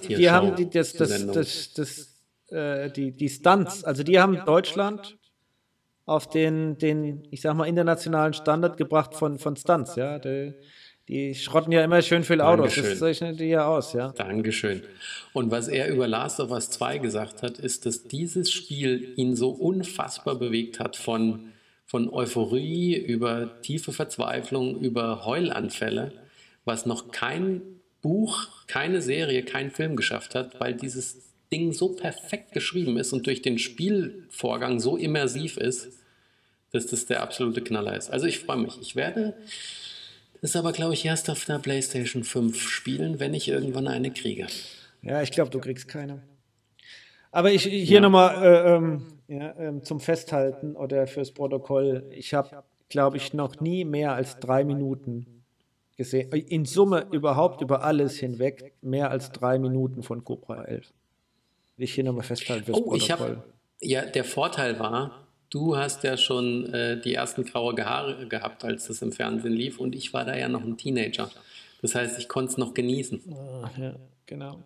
Speaker 2: Stunts, also die haben Deutschland auf den ich sag mal, internationalen Standard gebracht von Stunts, ja. Die schrotten ja immer schön viel Autos.
Speaker 3: Dankeschön.
Speaker 2: Das zeichnet die ja aus, ja.
Speaker 3: Dankeschön. Und was er über Last of Us 2 gesagt hat, ist, dass dieses Spiel ihn so unfassbar bewegt hat, von Euphorie über tiefe Verzweiflung, über Heulanfälle, was noch kein Buch, keine Serie, kein Film geschafft hat, weil dieses Ding so perfekt geschrieben ist und durch den Spielvorgang so immersiv ist, dass das der absolute Knaller ist. Also ich freue mich. Ich werde das aber, glaube ich, erst auf der PlayStation 5 spielen, wenn ich irgendwann eine kriege.
Speaker 2: Ja, ich glaube, du kriegst keine. Aber ich hier nochmal zum Festhalten oder fürs Protokoll. Ich habe, glaube ich, noch nie mehr als 3 Minuten gesehen. In Summe überhaupt über alles hinweg mehr als 3 Minuten von Cobra 11. Will ich hier nochmal festhalten fürs Protokoll.
Speaker 3: Der Vorteil war, Du hast ja schon die ersten graue Haare gehabt, als das im Fernsehen lief, und ich war da ja noch ein Teenager. Das heißt, ich konnte es noch genießen.
Speaker 2: Ja, genau.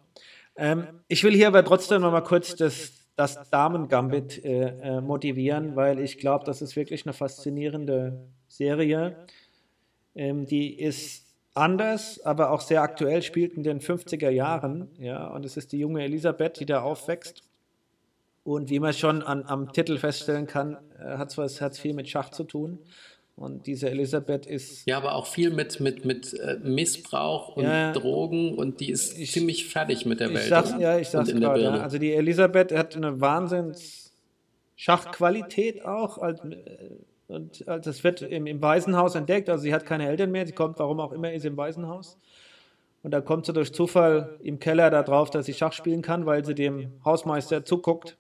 Speaker 2: Ich will hier aber trotzdem noch mal kurz das Damen-Gambit motivieren, weil ich glaube, das ist wirklich eine faszinierende Serie. Die ist anders, aber auch sehr aktuell, spielt in den 50er Jahren. Ja, und es ist die junge Elisabeth, die da aufwächst. Und wie man schon am Titel feststellen kann, hat's viel mit Schach zu tun. Und diese Elisabeth ist.
Speaker 3: Ja, aber auch viel mit Missbrauch und
Speaker 2: Ja,
Speaker 3: Drogen, und die ist ziemlich fertig mit der
Speaker 2: ich
Speaker 3: Welt,
Speaker 2: sag's,
Speaker 3: oder?
Speaker 2: ja, ich
Speaker 3: Und
Speaker 2: sag's
Speaker 3: in der
Speaker 2: gerade. Ja.
Speaker 3: Birne.
Speaker 2: Also die Elisabeth hat eine Wahnsinns Schachqualität auch. Und das wird im Waisenhaus entdeckt. Also sie hat keine Eltern mehr. Sie kommt, warum auch immer, ist im Waisenhaus. Und da kommt sie durch Zufall im Keller darauf, dass sie Schach spielen kann, weil sie dem Hausmeister zuguckt.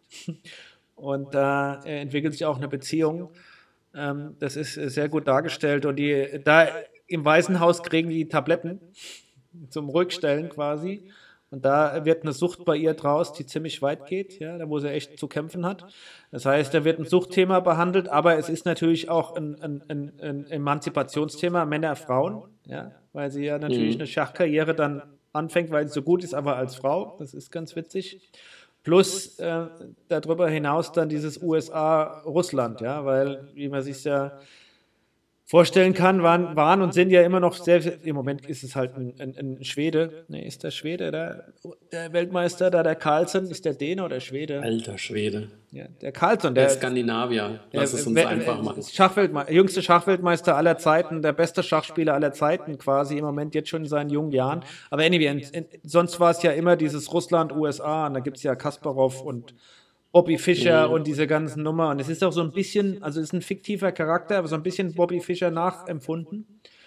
Speaker 2: Und da entwickelt sich auch eine Beziehung. Das ist sehr gut dargestellt. Und da im Waisenhaus kriegen die Tabletten zum Ruhigstellen quasi. Und da wird eine Sucht bei ihr draus, die ziemlich weit geht, ja, da wo sie echt zu kämpfen hat. Das heißt, da wird ein Suchtthema behandelt, aber es ist natürlich auch ein Emanzipationsthema, Männer, Frauen, ja, weil sie ja natürlich eine Schachkarriere dann anfängt, weil sie so gut ist, aber als Frau, das ist ganz witzig. Plus darüber hinaus dann dieses USA-Russland, ja, weil, wie man sich ja vorstellen kann, waren und sind ja immer noch sehr, im Moment ist es halt ein Schwede, ne, ist der Schwede, der Weltmeister, der Carlsen, ist der Däne oder Schwede?
Speaker 3: Alter Schwede.
Speaker 2: Ja, der Carlsen,
Speaker 3: Der
Speaker 2: der
Speaker 3: Skandinavier. Lass es uns einfach machen.
Speaker 2: Jüngste Schachweltmeister aller Zeiten, der beste Schachspieler aller Zeiten quasi, im Moment jetzt schon in seinen jungen Jahren. Aber anyway, sonst war es ja immer dieses Russland, USA, und da gibt es ja Kasparov und Bobby Fischer und diese ganzen Nummer. Und es ist auch so ein bisschen, also es ist ein fiktiver Charakter, aber so ein bisschen Bobby Fischer nachempfunden.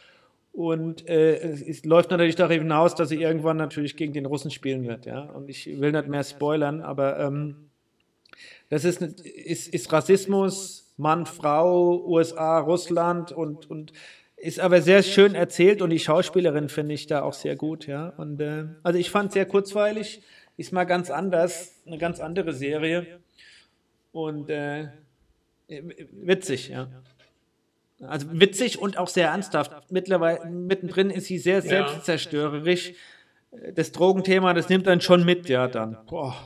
Speaker 2: Und es läuft natürlich darauf hinaus, dass sie irgendwann natürlich gegen den Russen spielen wird. Ja? Und ich will nicht mehr spoilern, aber das ist Rassismus, Mann, Frau, USA, Russland und ist aber sehr schön erzählt, und die Schauspielerin finde ich da auch sehr gut. Ja? Und also ich fand es sehr kurzweilig. Ist mal ganz anders, eine ganz andere Serie und witzig, ja. Also witzig und auch sehr ernsthaft. Mittlerweile, mittendrin ist sie sehr selbstzerstörerisch. Das Drogenthema, das nimmt dann schon mit, ja, dann. Boah,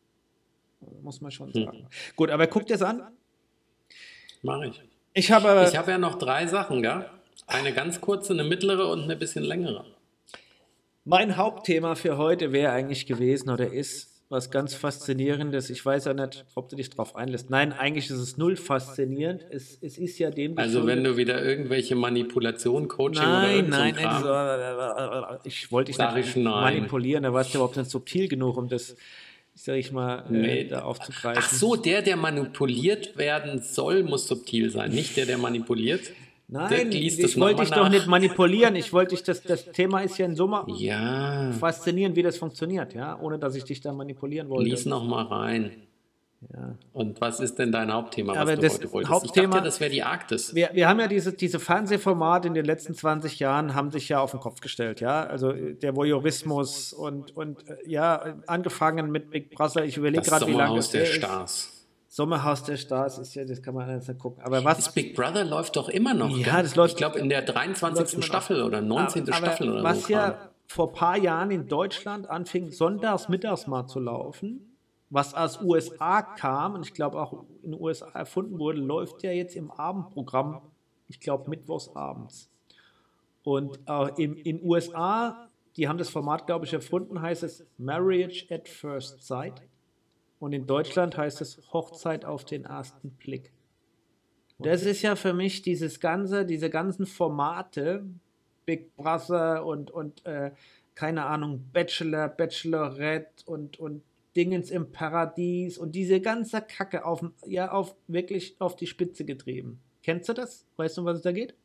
Speaker 2: muss man schon sagen. Gut, aber guckt es an.
Speaker 3: Mach ich.
Speaker 2: Ich habe
Speaker 3: ja noch 3 Sachen, gell? Eine ganz kurze, eine mittlere und eine bisschen längere.
Speaker 2: Mein Hauptthema für heute wäre eigentlich gewesen oder ist was ganz Faszinierendes. Ich weiß ja nicht, ob du dich drauf einlässt. Nein, eigentlich ist es null faszinierend. Es ist ja dem
Speaker 3: Also wenn du wieder irgendwelche Manipulation, Coaching
Speaker 2: nein,
Speaker 3: oder so Kram,
Speaker 2: ich wollte dich nicht manipulieren, da warst du überhaupt nicht subtil genug, um das, sag ich mal, da aufzugreifen.
Speaker 3: Ach so, der manipuliert werden soll, muss subtil sein, nicht der manipuliert.
Speaker 2: Nein, ich wollte dich doch nicht manipulieren. Ich wollte dich, das Thema ist ja in Summe faszinierend, wie das funktioniert, ja, ohne dass ich dich da manipulieren wollte.
Speaker 3: Lies noch mal rein.
Speaker 2: Ja.
Speaker 3: Und was ist denn dein Hauptthema,
Speaker 2: aber
Speaker 3: was du heute wolltest?
Speaker 2: Hauptthema,
Speaker 3: ich dachte, das wäre die Arktis.
Speaker 2: Wir haben ja diese Fernsehformate in den letzten 20 Jahren haben sich ja auf den Kopf gestellt, ja. Also der Voyeurismus und ja, angefangen mit Big Brother, ich überlege gerade, wie lange das ist. Sommerhaus der Stars ist ja, das kann man jetzt nicht gucken. Aber
Speaker 3: das Big Brother läuft doch immer noch.
Speaker 2: Ja, das läuft.
Speaker 3: Ich glaube in der 23. Staffel oder 19. Staffel oder
Speaker 2: was
Speaker 3: so.
Speaker 2: Was ja vor ein paar Jahren in Deutschland anfing, sonntags, mittags mal zu laufen, was aus USA kam und ich glaube auch in den USA erfunden wurde, läuft ja jetzt im Abendprogramm, ich glaube mittwochs abends. Und in USA, die haben das Format, glaube ich, erfunden, heißt es Marriage at First Sight. Und in Deutschland heißt es Hochzeit auf den ersten Blick. Das ist ja für mich diese ganzen Formate, Big Brother und keine Ahnung, Bachelor, Bachelorette und Dingens im Paradies und diese ganze Kacke wirklich auf die Spitze getrieben. Kennst du das? Weißt du, um was es da geht?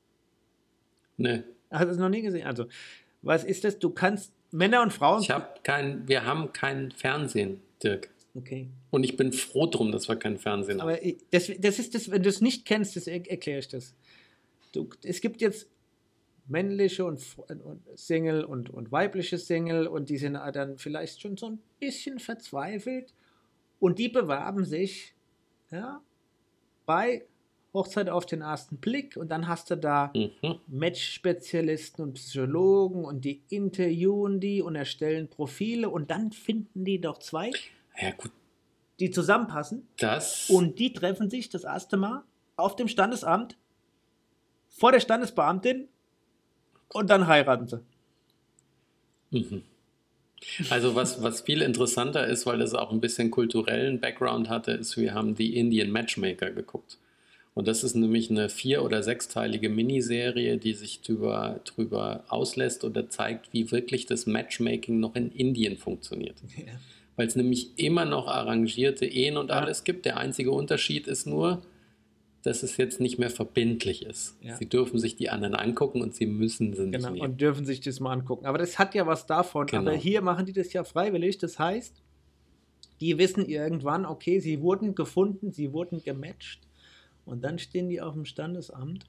Speaker 3: Nee.
Speaker 2: Hast du es noch nie gesehen? Also, was ist das? Du kannst Männer und Frauen...
Speaker 3: Wir haben kein Fernsehen, Dirk.
Speaker 2: Okay.
Speaker 3: Und ich bin froh drum, dass wir kein Fernsehen haben.
Speaker 2: Aber das ist das, wenn du es nicht kennst, erkläre ich das. Es gibt jetzt männliche und Single und weibliche Single und die sind dann vielleicht schon so ein bisschen verzweifelt und die bewerben sich, ja, bei Hochzeit auf den ersten Blick und dann hast du da Match-Spezialisten und Psychologen und die interviewen die und erstellen Profile und dann finden die doch zwei,
Speaker 3: Ja, gut,
Speaker 2: die zusammenpassen
Speaker 3: das.
Speaker 2: und die treffen sich das erste Mal auf dem Standesamt vor der Standesbeamtin und dann heiraten sie.
Speaker 3: Also was viel interessanter ist, weil das auch ein bisschen kulturellen Background hatte, ist, wir haben die Indian Matchmaker geguckt. Und das ist nämlich eine 4- oder 6-teilige Miniserie, die sich drüber auslässt oder zeigt, wie wirklich das Matchmaking noch in Indien funktioniert.
Speaker 2: Ja.
Speaker 3: Weil es nämlich immer noch arrangierte Ehen und alles gibt. Der einzige Unterschied ist nur, dass es jetzt nicht mehr verbindlich ist.
Speaker 2: Ja.
Speaker 3: Sie dürfen sich die anderen angucken und sie müssen sie nicht
Speaker 2: Genau,
Speaker 3: nehmen.
Speaker 2: und dürfen sich das mal angucken. Aber das hat ja was davon.
Speaker 3: Genau.
Speaker 2: Aber hier machen die das ja freiwillig. Das heißt, die wissen irgendwann, okay, sie wurden gefunden, sie wurden gematcht. Und dann stehen die auf dem Standesamt.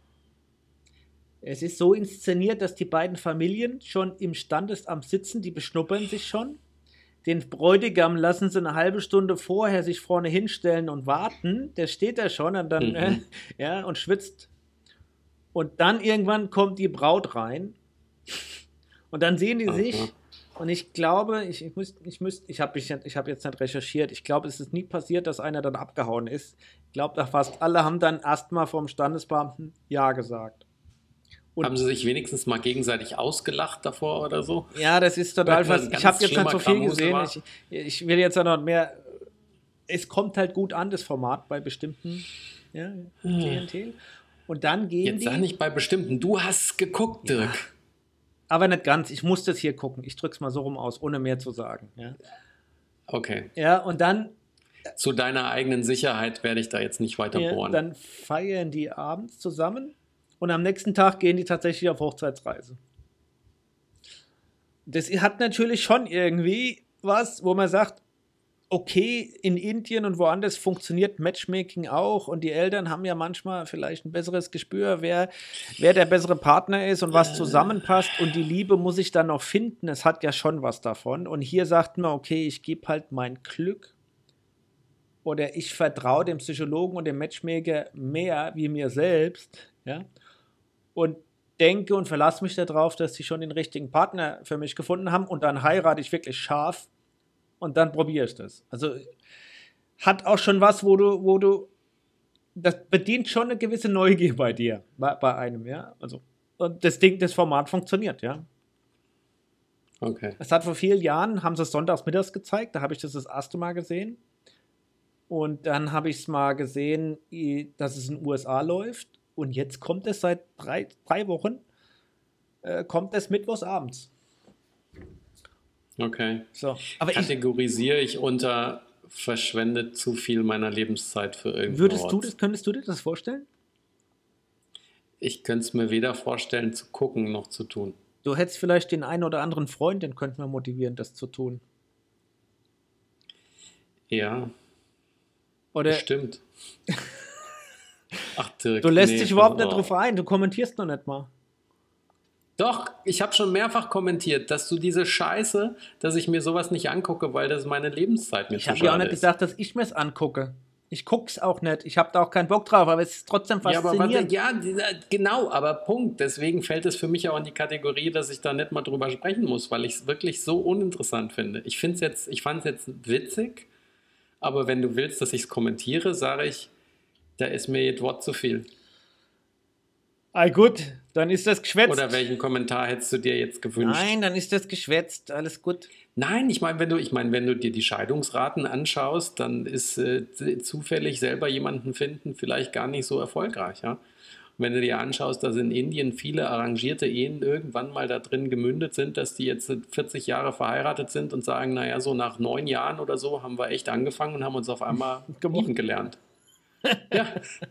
Speaker 2: Es ist so inszeniert, dass die beiden Familien schon im Standesamt sitzen, die beschnuppern sich schon. Den Bräutigam lassen sie eine halbe Stunde vorher sich vorne hinstellen und warten. Der steht da schon und dann und schwitzt. Und dann irgendwann kommt die Braut rein. Und dann sehen die sich. Und ich glaube, ich habe jetzt nicht recherchiert. Ich glaube, es ist nie passiert, dass einer dann abgehauen ist. Ich glaube, fast alle haben dann erstmal vom Standesbeamten Ja gesagt. Und
Speaker 3: haben sie sich wenigstens mal gegenseitig ausgelacht davor oder so?
Speaker 2: Ja, das ist total
Speaker 3: Weil
Speaker 2: fast. Ich habe jetzt nicht so viel
Speaker 3: Gramuse
Speaker 2: gesehen.
Speaker 3: war.
Speaker 2: Ich will jetzt auch noch mehr. Es kommt halt gut an, das Format bei bestimmten Klientel. Und dann gehen
Speaker 3: Jetzt sag nicht bei bestimmten. Du hast geguckt, Dirk.
Speaker 2: Aber nicht ganz. Ich muss das hier gucken. Ich drück's mal so rum aus, ohne mehr zu sagen. Ja,
Speaker 3: Okay.
Speaker 2: ja und dann.
Speaker 3: Zu deiner eigenen Sicherheit werde ich da jetzt nicht weiter bohren.
Speaker 2: Dann feiern die abends zusammen und am nächsten Tag gehen die tatsächlich auf Hochzeitsreise. Das hat natürlich schon irgendwie was, wo man sagt, okay, in Indien und woanders funktioniert Matchmaking auch und die Eltern haben ja manchmal vielleicht ein besseres Gespür, wer der bessere Partner ist und was zusammenpasst und die Liebe muss ich dann noch finden. Es hat ja schon was davon. Und hier sagt man, okay, ich gebe halt mein Glück oder ich vertraue dem Psychologen und dem Matchmaker mehr wie mir selbst, ja, und denke und verlasse mich darauf, dass sie schon den richtigen Partner für mich gefunden haben und dann heirate ich wirklich scharf und dann probiere ich das. Also hat auch schon was, wo du das bedient schon eine gewisse Neugier bei dir, bei einem, ja. Also, und das Format funktioniert, ja.
Speaker 3: Okay.
Speaker 2: Es hat vor vielen Jahren, haben sie es sonntags mittags gezeigt, da habe ich das erste Mal gesehen. Und dann habe ich es mal gesehen, dass es in den USA läuft. Und jetzt kommt es seit drei Wochen, kommt es mittwochs abends.
Speaker 3: Okay.
Speaker 2: So. Aber
Speaker 3: kategorisiere ich unter verschwendet zu viel meiner Lebenszeit für irgendwas.
Speaker 2: Könntest du dir das vorstellen?
Speaker 3: Ich könnte es mir weder vorstellen zu gucken noch zu tun.
Speaker 2: Du hättest vielleicht den einen oder anderen Freund, den könnten wir motivieren, das zu tun.
Speaker 3: Ja.
Speaker 2: Oder
Speaker 3: Stimmt. Ach, Dirk,
Speaker 2: du lässt dich überhaupt nicht drauf ein, du kommentierst noch nicht mal.
Speaker 3: Doch, ich habe schon mehrfach kommentiert, dass du diese Scheiße, dass ich mir sowas nicht angucke, weil das meine Lebenszeit mir zu schade ist.
Speaker 2: Ich habe ja auch nicht gesagt, dass ich mir es angucke. Ich guck's auch nicht. Ich habe da auch keinen Bock drauf, aber es ist trotzdem faszinierend.
Speaker 3: Genau, aber Punkt. Deswegen fällt es für mich auch in die Kategorie, dass ich da nicht mal drüber sprechen muss, weil ich es wirklich so uninteressant finde. Ich fand es jetzt witzig, aber wenn du willst, dass ich es kommentiere, sage ich, da ist mir jetzt Wort zu viel.
Speaker 2: Gut, dann ist das geschwätzt.
Speaker 3: Oder welchen Kommentar hättest du dir jetzt gewünscht?
Speaker 2: Nein, dann ist das geschwätzt, alles gut.
Speaker 3: Nein, ich meine, wenn du dir die Scheidungsraten anschaust, dann ist zufällig selber jemanden finden vielleicht gar nicht so erfolgreich. Ja? Und wenn du dir anschaust, dass in Indien viele arrangierte Ehen irgendwann mal da drin gemündet sind, dass die jetzt 40 Jahre verheiratet sind und sagen, naja, so nach 9 Jahren oder so haben wir echt angefangen und haben uns auf einmal lieben gelernt. Ja.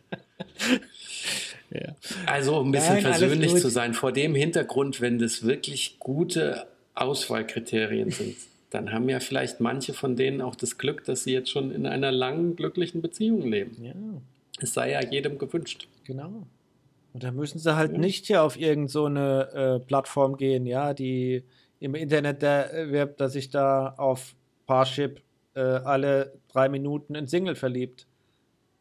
Speaker 3: Ja. Also ein bisschen versöhnlich zu sein. Vor dem Hintergrund, wenn das wirklich gute Auswahlkriterien sind, dann haben ja vielleicht manche von denen auch das Glück, dass sie jetzt schon in einer langen, glücklichen Beziehung leben. Ja. Es sei ja jedem gewünscht.
Speaker 2: Genau. Und da müssen sie halt nicht hier auf irgend so eine Plattform gehen, ja, die im Internet wirbt, dass sich da auf Parship alle 3 Minuten ein Single verliebt.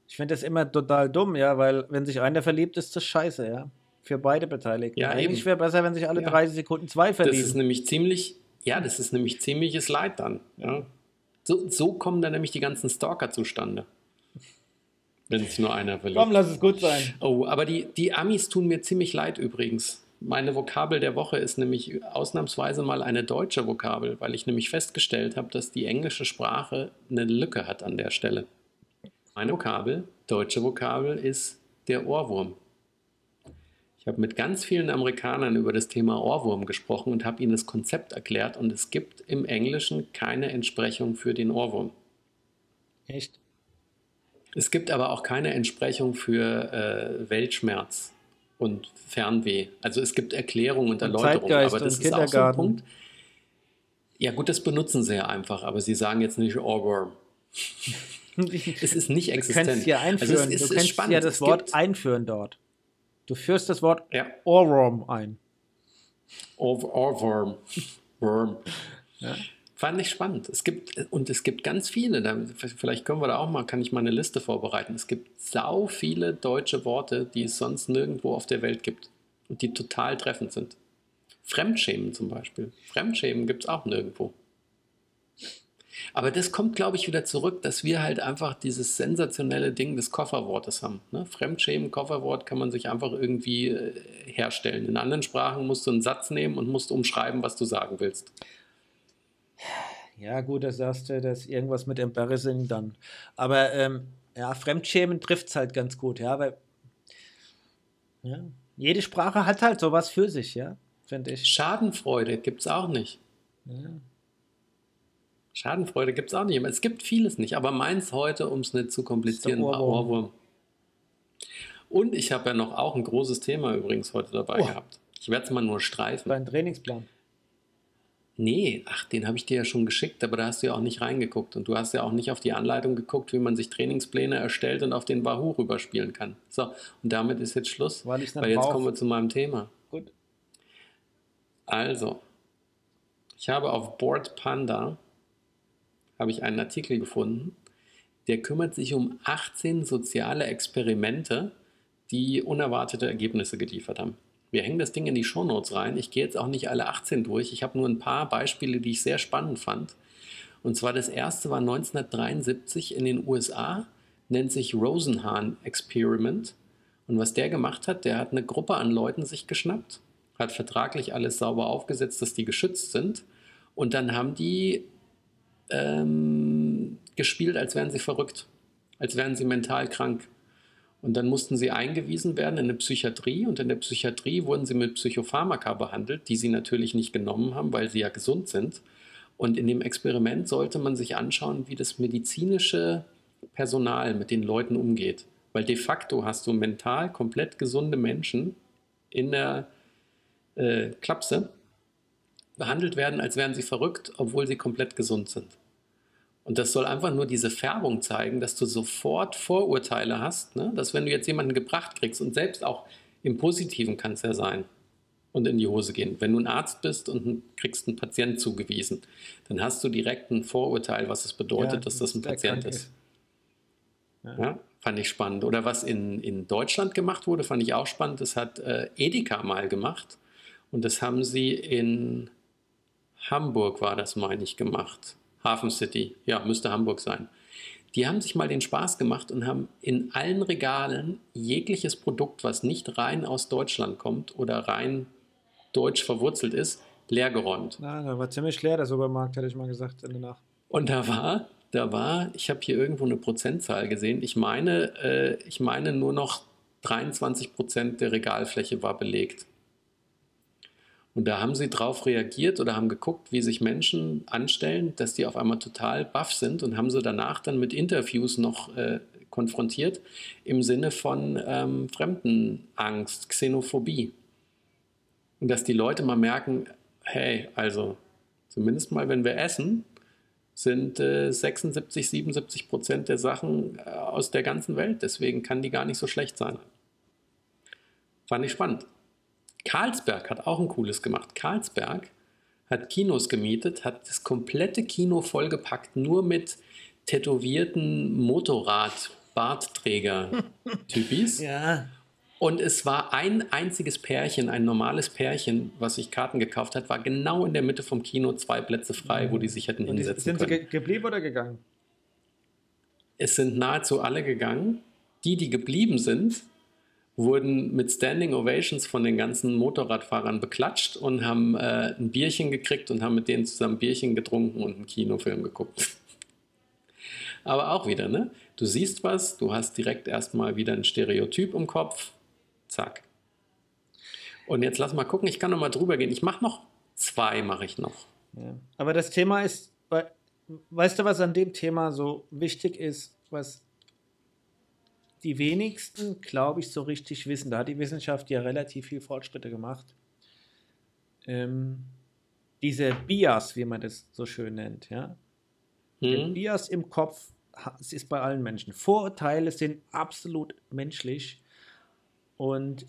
Speaker 2: Ich finde das immer total dumm, ja, weil wenn sich einer verliebt, ist das scheiße, ja. Für beide Beteiligten.
Speaker 3: Ja,
Speaker 2: Eigentlich
Speaker 3: eben.
Speaker 2: wäre besser, wenn sich alle
Speaker 3: Ja.
Speaker 2: 30 Sekunden zwei
Speaker 3: Das
Speaker 2: verlieben.
Speaker 3: ist nämlich ziemliches Leid dann. Ja. So kommen dann nämlich die ganzen Stalker zustande. Wenn sich nur einer verliebt.
Speaker 2: Komm, lass es gut sein.
Speaker 3: Oh, aber die Amis tun mir ziemlich leid übrigens. Meine Vokabel der Woche ist nämlich ausnahmsweise mal eine deutsche Vokabel, weil ich nämlich festgestellt habe, dass die englische Sprache eine Lücke hat an der Stelle. Meine deutsche Vokabel, ist der Ohrwurm. Ich habe mit ganz vielen Amerikanern über das Thema Ohrwurm gesprochen und habe ihnen das Konzept erklärt und es gibt im Englischen keine Entsprechung für den Ohrwurm.
Speaker 2: Echt?
Speaker 3: Es gibt aber auch keine Entsprechung für Weltschmerz und Fernweh. Also es gibt Erklärungen und Erläuterungen,
Speaker 2: Zeitgeist
Speaker 3: aber das
Speaker 2: und
Speaker 3: ist auch so ein
Speaker 2: Kindergarten.
Speaker 3: Punkt. Ja gut, das benutzen sie ja einfach, aber sie sagen jetzt nicht Ohrwurm. Es ist nicht
Speaker 2: Du
Speaker 3: existent.
Speaker 2: kannst hier einführen.
Speaker 3: Also es
Speaker 2: Du
Speaker 3: ist
Speaker 2: kannst
Speaker 3: spannend.
Speaker 2: ja das
Speaker 3: Es
Speaker 2: Wort
Speaker 3: gibt-
Speaker 2: einführen dort. Du führst das Wort
Speaker 3: Ja,
Speaker 2: Ohrwurm ein.
Speaker 3: Ohrwurm. Worm.
Speaker 2: Ja.
Speaker 3: Fand ich spannend. Es gibt ganz viele, vielleicht können wir da auch mal, kann ich mal eine Liste vorbereiten. Es gibt sau viele deutsche Worte, die es sonst nirgendwo auf der Welt gibt und die total treffend sind. Fremdschämen zum Beispiel. Fremdschämen gibt es auch nirgendwo. Aber das kommt, glaube ich, wieder zurück, dass wir halt einfach dieses sensationelle Ding des Kofferwortes haben. Ne? Fremdschämen, Kofferwort kann man sich einfach irgendwie herstellen. In anderen Sprachen musst du einen Satz nehmen und musst umschreiben, was du sagen willst.
Speaker 2: Ja, gut, da sagst du, das ist irgendwas mit Embarrassing dann. Aber ja, Fremdschämen trifft es halt ganz gut, ja, weil ja, jede Sprache hat halt sowas für sich, ja, finde ich.
Speaker 3: Schadenfreude gibt es auch nicht.
Speaker 2: Ja.
Speaker 3: Schadenfreude gibt es auch nicht. Es gibt vieles nicht, aber meins heute, um es nicht zu komplizieren,
Speaker 2: Ist der
Speaker 3: war
Speaker 2: Ohrwurm.
Speaker 3: Ohrwurm. Und ich habe ja noch auch ein großes Thema übrigens heute dabei
Speaker 2: Oh.
Speaker 3: gehabt. Ich werde es mal nur streifen.
Speaker 2: Dein Trainingsplan.
Speaker 3: Nee, den habe ich dir ja schon geschickt, aber da hast du ja auch nicht reingeguckt. Und du hast ja auch nicht auf die Anleitung geguckt, wie man sich Trainingspläne erstellt und auf den Wahoo rüberspielen kann. So, und damit ist jetzt Schluss,
Speaker 2: Weil ich's nicht
Speaker 3: weil jetzt
Speaker 2: brauch.
Speaker 3: kommen wir zu meinem Thema.
Speaker 2: Gut.
Speaker 3: Also, ich habe auf Board Panda einen Artikel gefunden, der kümmert sich um 18 soziale Experimente, die unerwartete Ergebnisse geliefert haben. Wir hängen das Ding in die Shownotes rein. Ich gehe jetzt auch nicht alle 18 durch. Ich habe nur ein paar Beispiele, die ich sehr spannend fand. Und zwar das erste war 1973 in den USA, nennt sich Rosenhan Experiment. Und was der gemacht hat, der hat eine Gruppe an Leuten sich geschnappt, hat vertraglich alles sauber aufgesetzt, dass die geschützt sind. Und dann haben die gespielt, als wären sie verrückt, als wären sie mental krank. Und dann mussten sie eingewiesen werden in eine Psychiatrie und in der Psychiatrie wurden sie mit Psychopharmaka behandelt, die sie natürlich nicht genommen haben, weil sie ja gesund sind. Und in dem Experiment sollte man sich anschauen, wie das medizinische Personal mit den Leuten umgeht. Weil de facto hast du mental komplett gesunde Menschen in der Klapse behandelt werden, als wären sie verrückt, obwohl sie komplett gesund sind. Und das soll einfach nur diese Färbung zeigen, dass du sofort Vorurteile hast, ne? Dass wenn du jetzt jemanden gebracht kriegst und selbst auch im Positiven kann es ja sein und in die Hose gehen. Wenn du ein Arzt bist und kriegst einen Patient zugewiesen, dann hast du direkt ein Vorurteil, was es bedeutet,
Speaker 2: Ja,
Speaker 3: dass das ein
Speaker 2: der
Speaker 3: Patient
Speaker 2: krank
Speaker 3: ist. Ja, fand ich spannend. Oder was in Deutschland gemacht wurde, fand ich auch spannend. Das hat Edeka mal gemacht und das haben sie in Hamburg, war das, meine ich, gemacht. Hafen City, ja, müsste Hamburg sein. Die haben sich mal den Spaß gemacht und haben in allen Regalen jegliches Produkt, was nicht rein aus Deutschland kommt oder rein deutsch verwurzelt ist, leergeräumt.
Speaker 2: Na, da war ziemlich leer, der Supermarkt, hätte ich mal gesagt, in der Nacht.
Speaker 3: Und da war, ich habe hier irgendwo eine Prozentzahl gesehen, ich meine nur noch 23% der Regalfläche war belegt. Und da haben sie drauf reagiert oder haben geguckt, wie sich Menschen anstellen, dass die auf einmal total baff sind und haben sie danach dann mit Interviews noch konfrontiert im Sinne von Fremdenangst, Xenophobie. Und dass die Leute mal merken, hey, also zumindest mal, wenn wir essen, sind 76, 77% der Sachen aus der ganzen Welt. Deswegen kann die gar nicht so schlecht sein. Fand ich spannend. Carlsberg hat auch ein cooles gemacht. Carlsberg hat Kinos gemietet, hat das komplette Kino vollgepackt, nur mit tätowierten Bartträger-Typis.
Speaker 2: Ja.
Speaker 3: Und es war ein einziges Pärchen, ein normales Pärchen, was sich Karten gekauft hat, war genau in der Mitte vom Kino 2 Plätze frei, wo die sich hätten
Speaker 2: Und
Speaker 3: hinsetzen
Speaker 2: sind sie
Speaker 3: können.
Speaker 2: geblieben oder gegangen?
Speaker 3: Es sind nahezu alle gegangen. Die geblieben sind, wurden mit Standing Ovations von den ganzen Motorradfahrern beklatscht und haben ein Bierchen gekriegt und haben mit denen zusammen Bierchen getrunken und einen Kinofilm geguckt. Aber auch wieder, ne? Du siehst was, du hast direkt erstmal wieder ein Stereotyp im Kopf. Zack. Und jetzt lass mal gucken, ich kann noch mal drüber gehen. Ich mache noch 2, mache ich noch.
Speaker 2: Ja. Aber das Thema ist, weißt du, was an dem Thema so wichtig ist, was die wenigsten, glaube ich, so richtig wissen. Da hat die Wissenschaft ja relativ viel Fortschritte gemacht. Diese Bias, wie man das so schön nennt, ja. Der Bias im Kopf, es ist bei allen Menschen. Vorurteile sind absolut menschlich und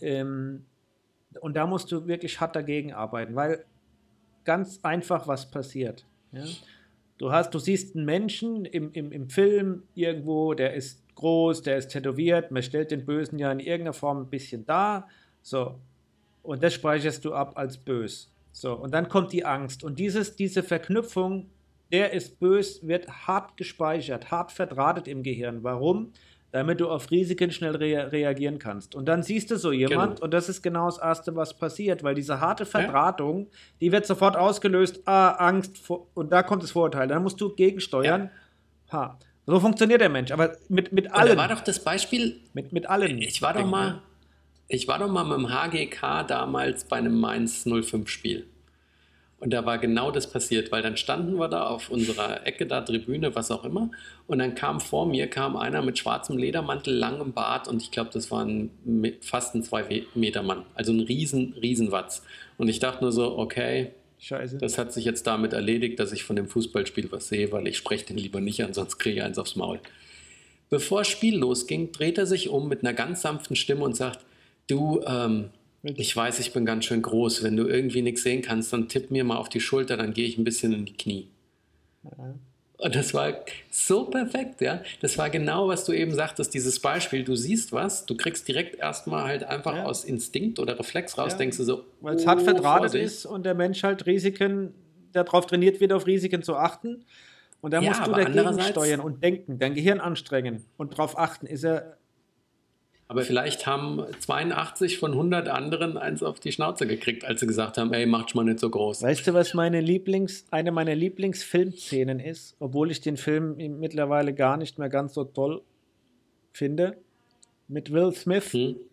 Speaker 2: da musst du wirklich hart dagegen arbeiten, weil ganz einfach was passiert. Ja? Du siehst einen Menschen im Film irgendwo, der ist groß, der ist tätowiert, man stellt den Bösen ja in irgendeiner Form ein bisschen dar, so, und das speicherst du ab als bös. So, und dann kommt die Angst und diese Verknüpfung, der ist bös, wird hart gespeichert, hart verdrahtet im Gehirn. Warum? Damit du auf Risiken schnell reagieren kannst. Und dann siehst du so jemand, und das ist genau das Erste, was passiert, weil diese harte Verdrahtung, die wird sofort ausgelöst, Angst, und da kommt das Vorurteil. Dann musst du gegensteuern. Ja. So funktioniert der Mensch, aber mit allen.
Speaker 3: Da war doch das Beispiel,
Speaker 2: mit allen.
Speaker 3: Ich war doch mal mit dem HGK damals bei einem Mainz 05 Spiel. Und da war genau das passiert, weil dann standen wir da auf unserer Ecke, da Tribüne, was auch immer. Und dann kam vor mir einer mit schwarzem Ledermantel, langem Bart und ich glaube, das war fast ein 2-Meter-Mann. Also ein Riesenwatz. Und ich dachte nur so, okay,
Speaker 2: Scheiße.
Speaker 3: Das hat sich jetzt damit erledigt, dass ich von dem Fußballspiel was sehe, weil ich spreche den lieber nicht an, sonst kriege ich eins aufs Maul. Bevor das Spiel losging, dreht er sich um mit einer ganz sanften Stimme und sagt, du, ich weiß, ich bin ganz schön groß. Wenn du irgendwie nichts sehen kannst, dann tipp mir mal auf die Schulter, dann gehe ich ein bisschen in die Knie. Ja. Und das war so perfekt, ja. Das war genau, was du eben sagtest, dieses Beispiel. Du siehst was, du kriegst direkt erstmal halt einfach aus Instinkt oder Reflex raus, denkst du so,
Speaker 2: weil es hart verdrahtet ist und der Mensch halt Risiken, darauf trainiert wird, auf Risiken zu achten. Und da musst du dagegen steuern und denken, dein Gehirn anstrengen und darauf achten, ist er.
Speaker 3: Aber vielleicht haben 82 von 100 anderen eins auf die Schnauze gekriegt, als sie gesagt haben, ey, macht's mal nicht so groß.
Speaker 2: Weißt du, was eine meiner Lieblingsfilmszenen ist, obwohl ich den Film mittlerweile gar nicht mehr ganz so toll finde? Mit Will Smith.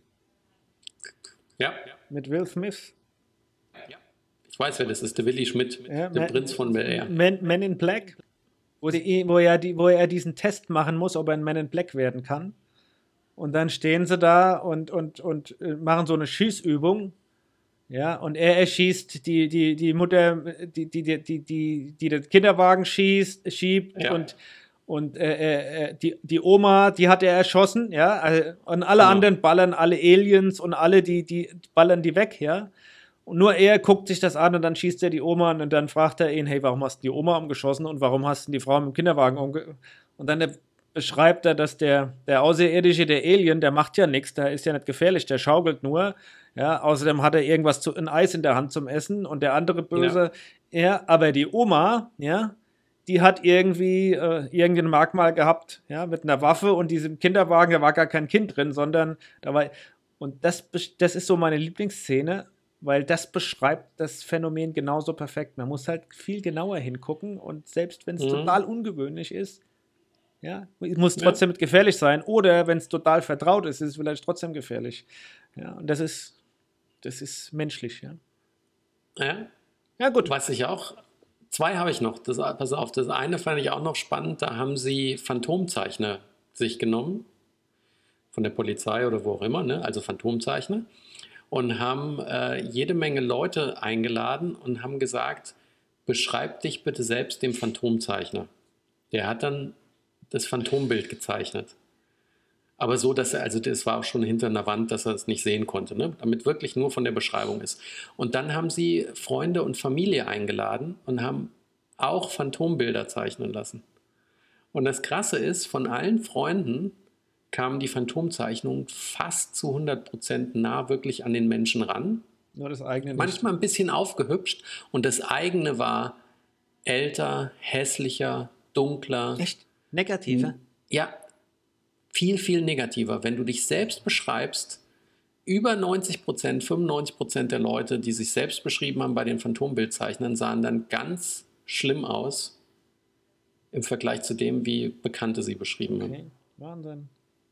Speaker 3: Ja.
Speaker 2: Mit Will Smith.
Speaker 3: Ja. Ich weiß, wer das ist, der Willi Schmidt, der Prinz von Bel Air.
Speaker 2: Men in Black, wo er diesen Test machen muss, ob er ein Man in Black werden kann. Und dann stehen sie da und machen so eine Schießübung. Ja, und er erschießt die Mutter, die den Kinderwagen schiebt, und die Oma, die hat er erschossen, ja, und alle anderen ballern, alle Aliens und alle, die ballern die weg, ja. Und nur er guckt sich das an und dann schießt er die Oma an und dann fragt er ihn, hey, warum hast du die Oma umgeschossen und warum hast du die Frau im Kinderwagen umgeschossen? Und dann beschreibt er, dass der Außerirdische, der Alien, der macht ja nichts, der ist ja nicht gefährlich, der schaukelt nur. Ja, außerdem hat er ein Eis in der Hand zum Essen und der andere Böse, aber die Oma, ja, die hat irgendwie irgendein Merkmal gehabt, ja, mit einer Waffe und diesem Kinderwagen, da war gar kein Kind drin, sondern da war, und das ist so meine Lieblingsszene, weil das beschreibt das Phänomen genauso perfekt. Man muss halt viel genauer hingucken und selbst wenn es total ungewöhnlich ist, ja, es muss trotzdem mit gefährlich sein. Oder wenn es total vertraut ist, ist es vielleicht trotzdem gefährlich. Ja, und das ist menschlich, ja.
Speaker 3: Ja.
Speaker 2: Ja, gut.
Speaker 3: Was ich auch, 2 habe ich noch. Pass auf, das eine fand ich auch noch spannend. Da haben sie Phantomzeichner sich genommen. Von der Polizei oder wo auch immer, ne? Also Phantomzeichner. Und haben jede Menge Leute eingeladen und haben gesagt, beschreib dich bitte selbst dem Phantomzeichner. Der hat dann das Phantombild gezeichnet. Aber so, dass das war auch schon hinter einer Wand, dass er es nicht sehen konnte, ne? Damit wirklich nur von der Beschreibung ist. Und dann haben sie Freunde und Familie eingeladen und haben auch Phantombilder zeichnen lassen. Und das Krasse ist, von allen Freunden kamen die Phantomzeichnungen fast zu 100% nah wirklich an den Menschen ran.
Speaker 2: Nur das eigene nicht.
Speaker 3: Manchmal ein bisschen aufgehübscht und das eigene war älter, hässlicher, dunkler.
Speaker 2: Echt? Negativer?
Speaker 3: Ja, viel, viel negativer. Wenn du dich selbst beschreibst, über 90%, 95% der Leute, die sich selbst beschrieben haben bei den Phantombildzeichnern, sahen dann ganz schlimm aus im Vergleich zu dem, wie Bekannte sie beschrieben haben.
Speaker 2: Okay, Wahnsinn.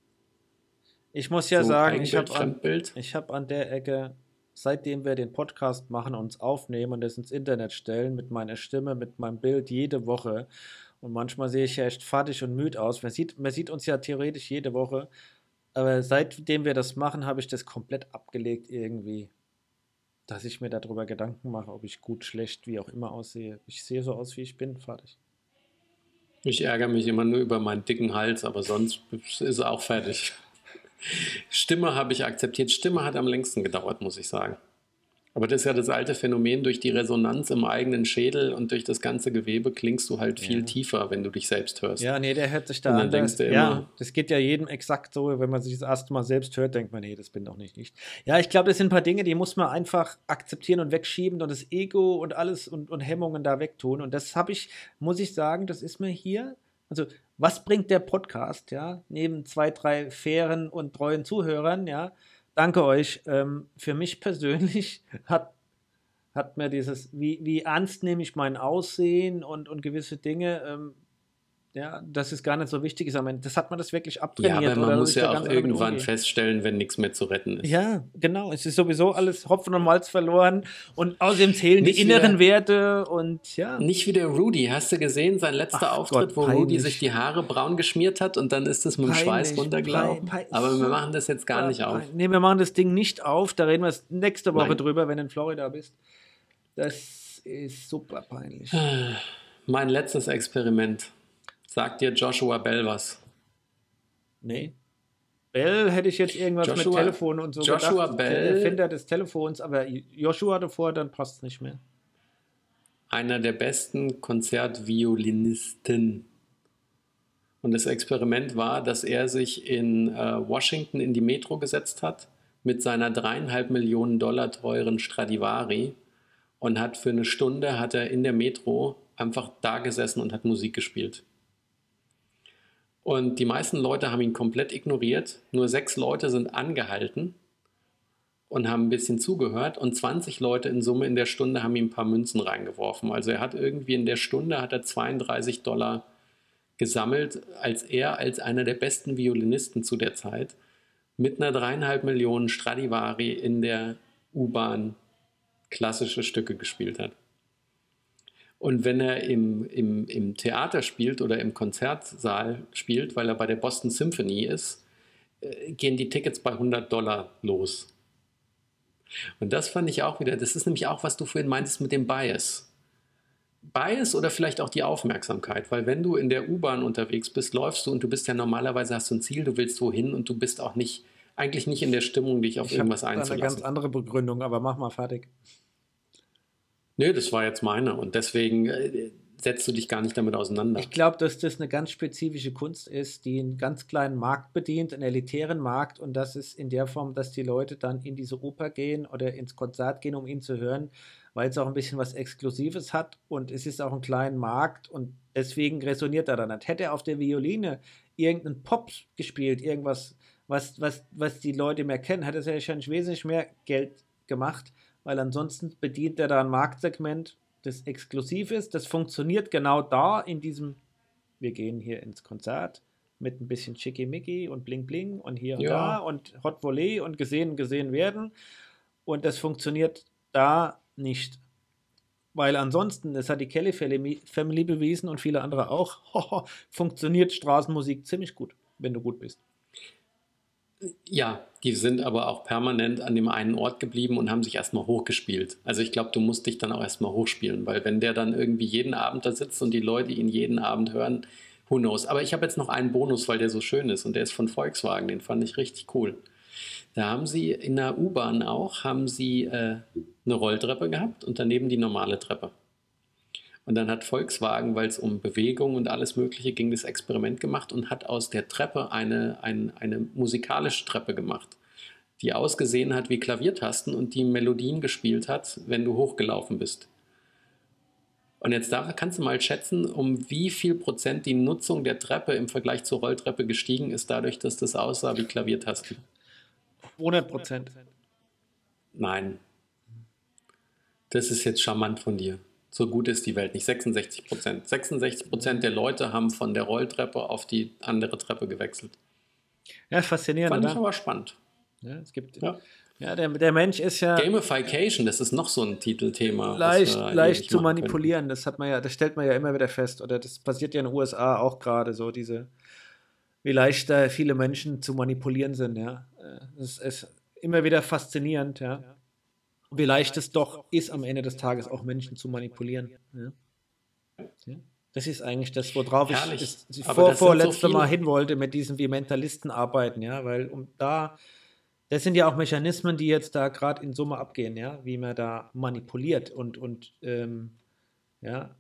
Speaker 2: Ich muss ja
Speaker 3: So,
Speaker 2: sagen, ich
Speaker 3: Eigenbild,
Speaker 2: habe
Speaker 3: Fremdbild.
Speaker 2: an der Ecke, seitdem wir den Podcast machen, uns aufnehmen und das ins Internet stellen, mit meiner Stimme, mit meinem Bild jede Woche. Und manchmal sehe ich ja echt fertig und müde aus. Man sieht uns ja theoretisch jede Woche. Aber seitdem wir das machen, habe ich das komplett abgelegt irgendwie. Dass ich mir darüber Gedanken mache, ob ich gut, schlecht, wie auch immer aussehe. Ich sehe so aus, wie ich bin, fertig.
Speaker 3: Ich ärgere mich immer nur über meinen dicken Hals, aber sonst ist es auch fertig. Stimme habe ich akzeptiert. Stimme hat am längsten gedauert, muss ich sagen. Aber das ist ja das alte Phänomen, durch die Resonanz im eigenen Schädel und durch das ganze Gewebe klingst du halt viel tiefer, wenn du dich selbst hörst.
Speaker 2: Ja, nee, der hört sich da
Speaker 3: Und dann
Speaker 2: anders.
Speaker 3: denkst du
Speaker 2: Ja,
Speaker 3: immer-
Speaker 2: das geht ja jedem exakt so. Wenn man sich das erste Mal selbst hört, denkt man, nee, das bin doch nicht ich. Ja, ich glaube, das sind ein paar Dinge, die muss man einfach akzeptieren und wegschieben und das Ego und alles und Hemmungen da wegtun. Und das habe ich, muss ich sagen, das ist mir hier. Also, was bringt der Podcast, ja? Neben 2, 3 fairen und treuen Zuhörern, ja? Danke euch. Für mich persönlich hat mir dieses, wie ernst nehme ich mein Aussehen und gewisse Dinge, ja, dass es gar nicht so wichtig ist. Aber das hat man das wirklich
Speaker 3: Ja,
Speaker 2: abtrainiert.
Speaker 3: aber man
Speaker 2: oder
Speaker 3: muss
Speaker 2: ist da
Speaker 3: ja
Speaker 2: ganz
Speaker 3: auch
Speaker 2: anders mit
Speaker 3: irgendwann
Speaker 2: umgehen?
Speaker 3: feststellen, wenn nichts mehr zu retten ist.
Speaker 2: Ja, genau. Es ist sowieso alles Hopfen und Malz verloren und außerdem zählen
Speaker 3: Nicht
Speaker 2: die inneren
Speaker 3: wieder-
Speaker 2: Werte und ja.
Speaker 3: Nicht wie der Rudy. Hast du gesehen, sein letzter
Speaker 2: Ach
Speaker 3: Auftritt,
Speaker 2: Gott,
Speaker 3: wo Rudy
Speaker 2: peinlich.
Speaker 3: sich die Haare braun geschmiert hat und dann ist es mit dem Schweiß runtergelaufen? Aber wir machen das jetzt gar nicht auf.
Speaker 2: Nee, wir machen das Ding nicht auf. Da reden wir nächste Woche
Speaker 3: Nein.
Speaker 2: drüber, wenn du in Florida bist. Das ist super peinlich.
Speaker 3: Mein letztes Experiment. Sagt dir Joshua Bell was?
Speaker 2: Nee. Bell hätte ich jetzt irgendwas mit
Speaker 3: Joshua-
Speaker 2: Telefon und so
Speaker 3: Joshua
Speaker 2: gedacht.
Speaker 3: Bell-
Speaker 2: Der Erfinder des Telefons, aber Joshua davor, dann passt es nicht mehr.
Speaker 3: Einer der besten Konzertviolinisten. Und das Experiment war, dass er sich in Washington in die Metro gesetzt hat mit seiner 3,5 Millionen Dollar teuren Stradivari und hat für eine Stunde hat er in der Metro einfach da gesessen und hat Musik gespielt. Und die meisten Leute haben ihn komplett ignoriert. Nur 6 Leute sind angehalten und haben ein bisschen zugehört und 20 Leute in Summe in der Stunde haben ihm ein paar Münzen reingeworfen. Also er hat irgendwie in der Stunde hat er $32 gesammelt, als einer der besten Violinisten zu der Zeit mit einer 3,5 Millionen Stradivari in der U-Bahn klassische Stücke gespielt hat. Und wenn er im Theater spielt oder im Konzertsaal spielt, weil er bei der Boston Symphony ist, gehen die Tickets bei $100 los. Und das fand ich auch wieder, das ist nämlich auch, was du vorhin meintest mit dem Bias. Bias oder vielleicht auch die Aufmerksamkeit, weil wenn du in der U-Bahn unterwegs bist, läufst du und du bist ja normalerweise, hast du ein Ziel, du willst wohin und du bist auch nicht, eigentlich nicht in der Stimmung, dich auf
Speaker 2: Ich habe
Speaker 3: irgendwas
Speaker 2: da eine ganz
Speaker 3: einzulassen.
Speaker 2: andere Begründung, aber mach mal fertig.
Speaker 3: Nee, das war jetzt meine und deswegen setzt du dich gar nicht damit auseinander.
Speaker 2: Ich glaube, dass das eine ganz spezifische Kunst ist, die einen ganz kleinen Markt bedient, einen elitären Markt, und das ist in der Form, dass die Leute dann in diese Oper gehen oder ins Konzert gehen, um ihn zu hören, weil es auch ein bisschen was Exklusives hat und es ist auch ein kleiner Markt und deswegen resoniert er dann nicht. Hätte er auf der Violine irgendeinen Pop gespielt, irgendwas, was die Leute mehr kennen, hätte er ja wahrscheinlich wesentlich mehr Geld gemacht, weil ansonsten bedient er da ein Marktsegment, das exklusiv ist. Das funktioniert genau da in diesem, wir gehen hier ins Konzert mit ein bisschen Schickimicki und Bling Bling und hier und
Speaker 3: Ja.
Speaker 2: da und Hot Volley und gesehen werden. Und das funktioniert da nicht. Weil ansonsten, das hat die Kelly Family bewiesen und viele andere auch, funktioniert Straßenmusik ziemlich gut, wenn du gut bist.
Speaker 3: Ja, die sind aber auch permanent an dem einen Ort geblieben und haben sich erstmal hochgespielt. Also ich glaube, du musst dich dann auch erstmal hochspielen, weil wenn der dann irgendwie jeden Abend da sitzt und die Leute ihn jeden Abend hören, who knows. Aber ich habe jetzt noch einen Bonus, weil der so schön ist und der ist von Volkswagen, den fand ich richtig cool. Da haben sie in der U-Bahn auch, eine Rolltreppe gehabt und daneben die normale Treppe. Und dann hat Volkswagen, weil es um Bewegung und alles Mögliche ging, das Experiment gemacht und hat aus der Treppe eine musikalische Treppe gemacht, die ausgesehen hat wie Klaviertasten und die Melodien gespielt hat, wenn du hochgelaufen bist. Und jetzt kannst du mal schätzen, um wie viel Prozent die Nutzung der Treppe im Vergleich zur Rolltreppe gestiegen ist, dadurch, dass das aussah wie Klaviertasten.
Speaker 2: 100%.
Speaker 3: Nein. Das ist jetzt charmant von dir. So gut ist die Welt nicht. 66%. 66% der Leute haben von der Rolltreppe auf die andere Treppe gewechselt.
Speaker 2: Ja, faszinierend,
Speaker 3: Fand
Speaker 2: oder?
Speaker 3: ich aber spannend.
Speaker 2: Ja, es gibt, ja der Mensch ist ja
Speaker 3: Gamification, das ist noch so ein Titelthema.
Speaker 2: leicht zu manipulieren. Das stellt man ja immer wieder fest. Oder das passiert ja in den USA auch gerade so, wie leicht da viele Menschen zu manipulieren sind, ja. Das ist immer wieder faszinierend, ja. Wie leicht es doch ist, am Ende des Tages auch Menschen zu manipulieren. Ja. Ja. Das ist eigentlich das, worauf ich vorletzte Mal hin wollte, mit diesen, wie Mentalisten arbeiten, ja, weil das sind ja auch Mechanismen, die jetzt da gerade in Summe abgehen, ja, wie man da manipuliert und
Speaker 3: ja,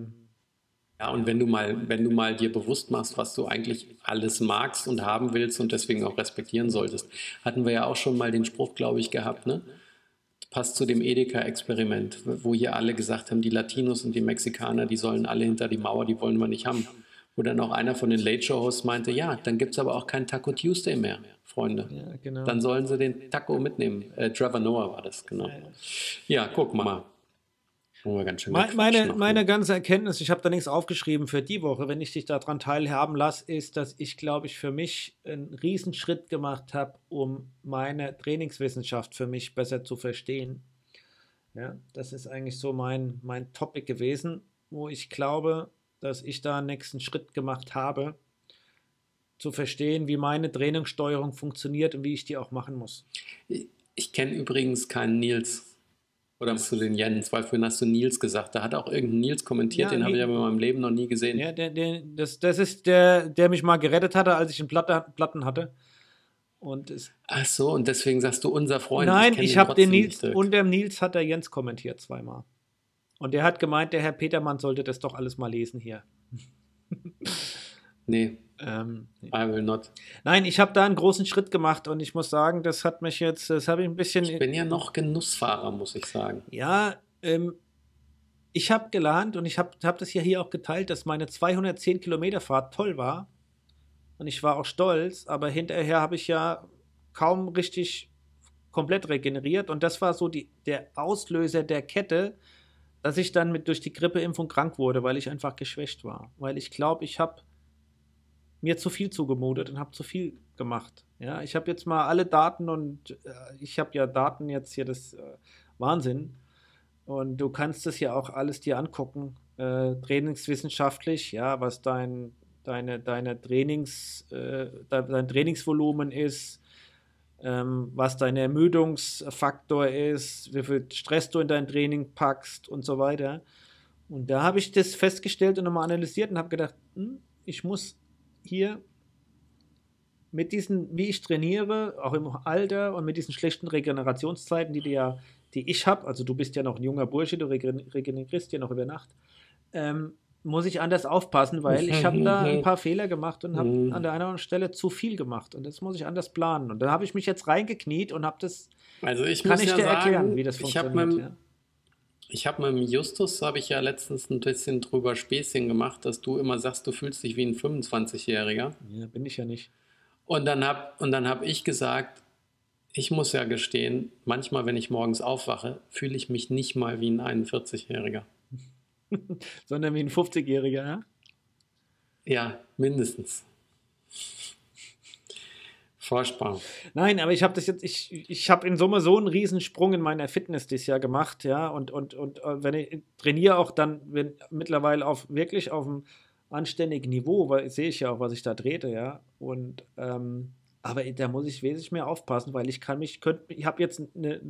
Speaker 3: und wenn du mal dir bewusst machst, was du eigentlich alles magst und haben willst und deswegen auch respektieren solltest, hatten wir ja auch schon mal den Spruch, glaube ich, gehabt, ne? Passt zu dem Edeka-Experiment, wo hier alle gesagt haben, die Latinos und die Mexikaner, die sollen alle hinter die Mauer, die wollen wir nicht haben. Wo dann auch einer von den Late-Show-Hosts meinte, ja, dann gibt es aber auch keinen Taco Tuesday mehr, Freunde.
Speaker 2: Ja, genau.
Speaker 3: Dann sollen sie den Taco mitnehmen. Trevor Noah war das, genau. Ja, guck mal. Ganz schön
Speaker 2: meine ganze Erkenntnis, ich habe da nichts aufgeschrieben für die Woche, wenn ich dich daran teilhaben lasse, ist, dass ich, glaube ich, für mich einen Riesenschritt gemacht habe, um meine Trainingswissenschaft für mich besser zu verstehen. Ja, das ist eigentlich so mein Topic gewesen, wo ich glaube, dass ich da einen nächsten Schritt gemacht habe, zu verstehen, wie meine Trainingssteuerung funktioniert und wie ich die auch machen muss.
Speaker 3: Ich kenne übrigens keinen Nils. Oder hast du den Jens? Weil vorhin hast du Nils gesagt. Da hat auch irgendein Nils kommentiert, den habe ich aber in meinem Leben noch nie gesehen.
Speaker 2: Ja, das ist der mich mal gerettet hatte, als ich einen Platten hatte.
Speaker 3: Ach so, und deswegen sagst du unser Freund.
Speaker 2: Nein, ich habe den Nils, und der Nils hat der Jens kommentiert zweimal. Und der hat gemeint, der Herr Petermann sollte das doch alles mal lesen hier.
Speaker 3: Nee. I will not.
Speaker 2: Nein, ich habe da einen großen Schritt gemacht und ich muss sagen, das habe ich ein bisschen...
Speaker 3: Ich bin ja noch Genussfahrer, muss ich sagen.
Speaker 2: Ja, ich habe gelernt und ich hab das ja hier auch geteilt, dass meine 210 Kilometer Fahrt toll war und ich war auch stolz, aber hinterher habe ich ja kaum richtig komplett regeneriert und das war so der Auslöser der Kette, dass ich dann durch die Grippeimpfung krank wurde, weil ich einfach geschwächt war. Weil ich glaube, ich habe mir zu viel zugemutet und habe zu viel gemacht. Ja, ich habe jetzt mal alle Daten und ich habe ja Daten jetzt hier, das Wahnsinn. Und du kannst es ja auch alles dir angucken, trainingswissenschaftlich, ja, was dein Trainingsvolumen ist, was dein Ermüdungsfaktor ist, wie viel Stress du in dein Training packst und so weiter. Und da habe ich das festgestellt und nochmal analysiert und habe gedacht, ich muss hier mit diesen, wie ich trainiere, auch im Alter und mit diesen schlechten Regenerationszeiten, die ich habe, also du bist ja noch ein junger Bursche, du regenerierst ja noch über Nacht, muss ich anders aufpassen, weil ich habe da ein paar Fehler gemacht und habe an der einen oder anderen Stelle zu viel gemacht und das muss ich anders planen. Und da habe ich mich jetzt reingekniet und habe das,
Speaker 3: also
Speaker 2: kann ich dir erklären, wie das funktioniert.
Speaker 3: Ich habe mit dem Justus, habe ich ja letztens ein bisschen drüber Späßchen gemacht, dass du immer sagst, du fühlst dich wie ein 25-Jähriger.
Speaker 2: Ja, bin ich ja nicht.
Speaker 3: Und dann hab ich gesagt, ich muss ja gestehen, manchmal, wenn ich morgens aufwache, fühle ich mich nicht mal wie ein 41-Jähriger.
Speaker 2: Sondern wie ein 50-Jähriger, ja?
Speaker 3: Ja, mindestens. Furchtbar.
Speaker 2: Nein, aber ich habe ich habe in Summe so einen Riesensprung in meiner Fitness dieses Jahr gemacht, ja, und wenn ich trainiere auch dann mittlerweile wirklich auf einem anständigen Niveau, weil sehe ich ja auch, was ich da trete, ja, und aber da muss ich wesentlich mehr aufpassen, weil ich habe jetzt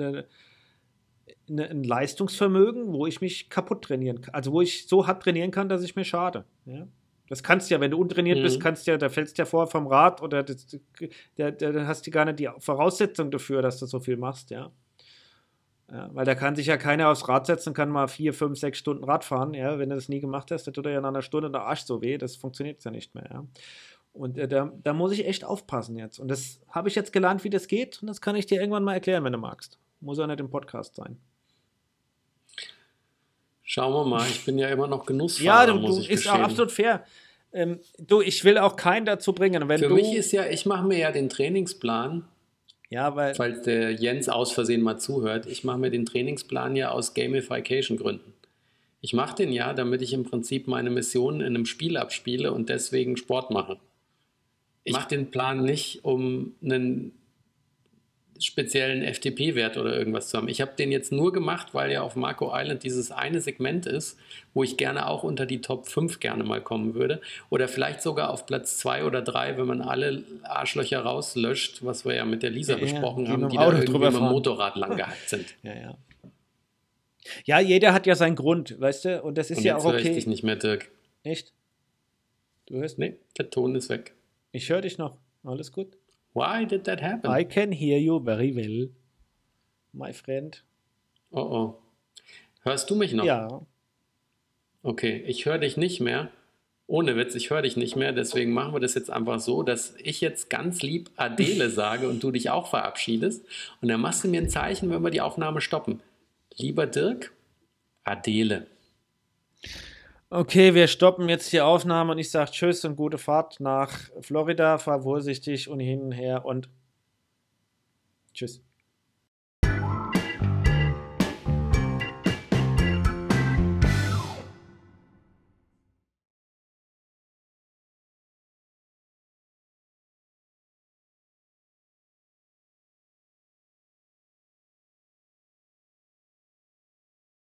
Speaker 2: ein Leistungsvermögen, wo ich mich kaputt trainieren kann, also wo ich so hart trainieren kann, dass ich mir schade, ja. Das kannst du ja, wenn du untrainiert bist, da fällst du ja vor vom Rad oder da hast du gar nicht die Voraussetzung dafür, dass du so viel machst, ja. Ja, weil da kann sich ja keiner aufs Rad setzen und kann mal 4, 5, 6 Stunden Rad fahren. Ja, wenn du das nie gemacht hast, dann tut er ja nach einer Stunde der Arsch so weh. Das funktioniert ja nicht mehr. Ja. Und da muss ich echt aufpassen jetzt. Und das habe ich jetzt gelernt, wie das geht. Und das kann ich dir irgendwann mal erklären, wenn du magst. Muss ja nicht im Podcast sein.
Speaker 3: Schauen wir mal, ich bin ja immer noch
Speaker 2: Ja,
Speaker 3: Genussfahrer,
Speaker 2: du
Speaker 3: muss ich
Speaker 2: ist auch
Speaker 3: gestehen.
Speaker 2: absolut fair. Ich will auch keinen dazu bringen. Wenn
Speaker 3: Für
Speaker 2: du,
Speaker 3: mich ist ja, ich mache mir ja den Trainingsplan,
Speaker 2: ja, weil,
Speaker 3: falls der Jens aus Versehen mal zuhört, ich mache mir den Trainingsplan ja aus Gamification-Gründen. Ich mache den ja, damit ich im Prinzip meine Missionen in einem Spiel abspiele und deswegen Sport mache. Ich mache den Plan nicht, um einen speziellen FTP-Wert oder irgendwas zu haben. Ich habe den jetzt nur gemacht, weil ja auf Marco Island dieses eine Segment ist, wo ich gerne auch unter die Top 5 gerne mal kommen würde. Oder vielleicht sogar auf Platz 2 oder 3, wenn man alle Arschlöcher rauslöscht, was wir ja mit der Lisa besprochen
Speaker 2: die
Speaker 3: haben,
Speaker 2: mit dem
Speaker 3: die da
Speaker 2: Auto
Speaker 3: irgendwie
Speaker 2: drüber
Speaker 3: mit dem
Speaker 2: fahren.
Speaker 3: Motorrad lang gehackt sind.
Speaker 2: ja. Ja, jeder hat ja seinen Grund, weißt du? Und das ist
Speaker 3: Und
Speaker 2: ja
Speaker 3: jetzt
Speaker 2: auch
Speaker 3: höre ich
Speaker 2: okay.
Speaker 3: dich nicht mehr, Dirk.
Speaker 2: Echt? Du hörst?
Speaker 3: Nee, der Ton ist weg.
Speaker 2: Ich höre dich noch. Alles gut?
Speaker 3: Why did that happen?
Speaker 2: I can hear you very well, my friend.
Speaker 3: Oh oh. Hörst du mich noch?
Speaker 2: Ja.
Speaker 3: Okay, ich höre dich nicht mehr. Ohne Witz, ich höre dich nicht mehr. Deswegen machen wir das jetzt einfach so, dass ich jetzt ganz lieb Adele sage und du dich auch verabschiedest. Und dann machst du mir ein Zeichen, wenn wir die Aufnahme stoppen. Lieber Dirk, Adele.
Speaker 2: Okay, wir stoppen jetzt die Aufnahme und ich sage Tschüss und gute Fahrt nach Florida. Fahr vorsichtig und hin und her und Tschüss.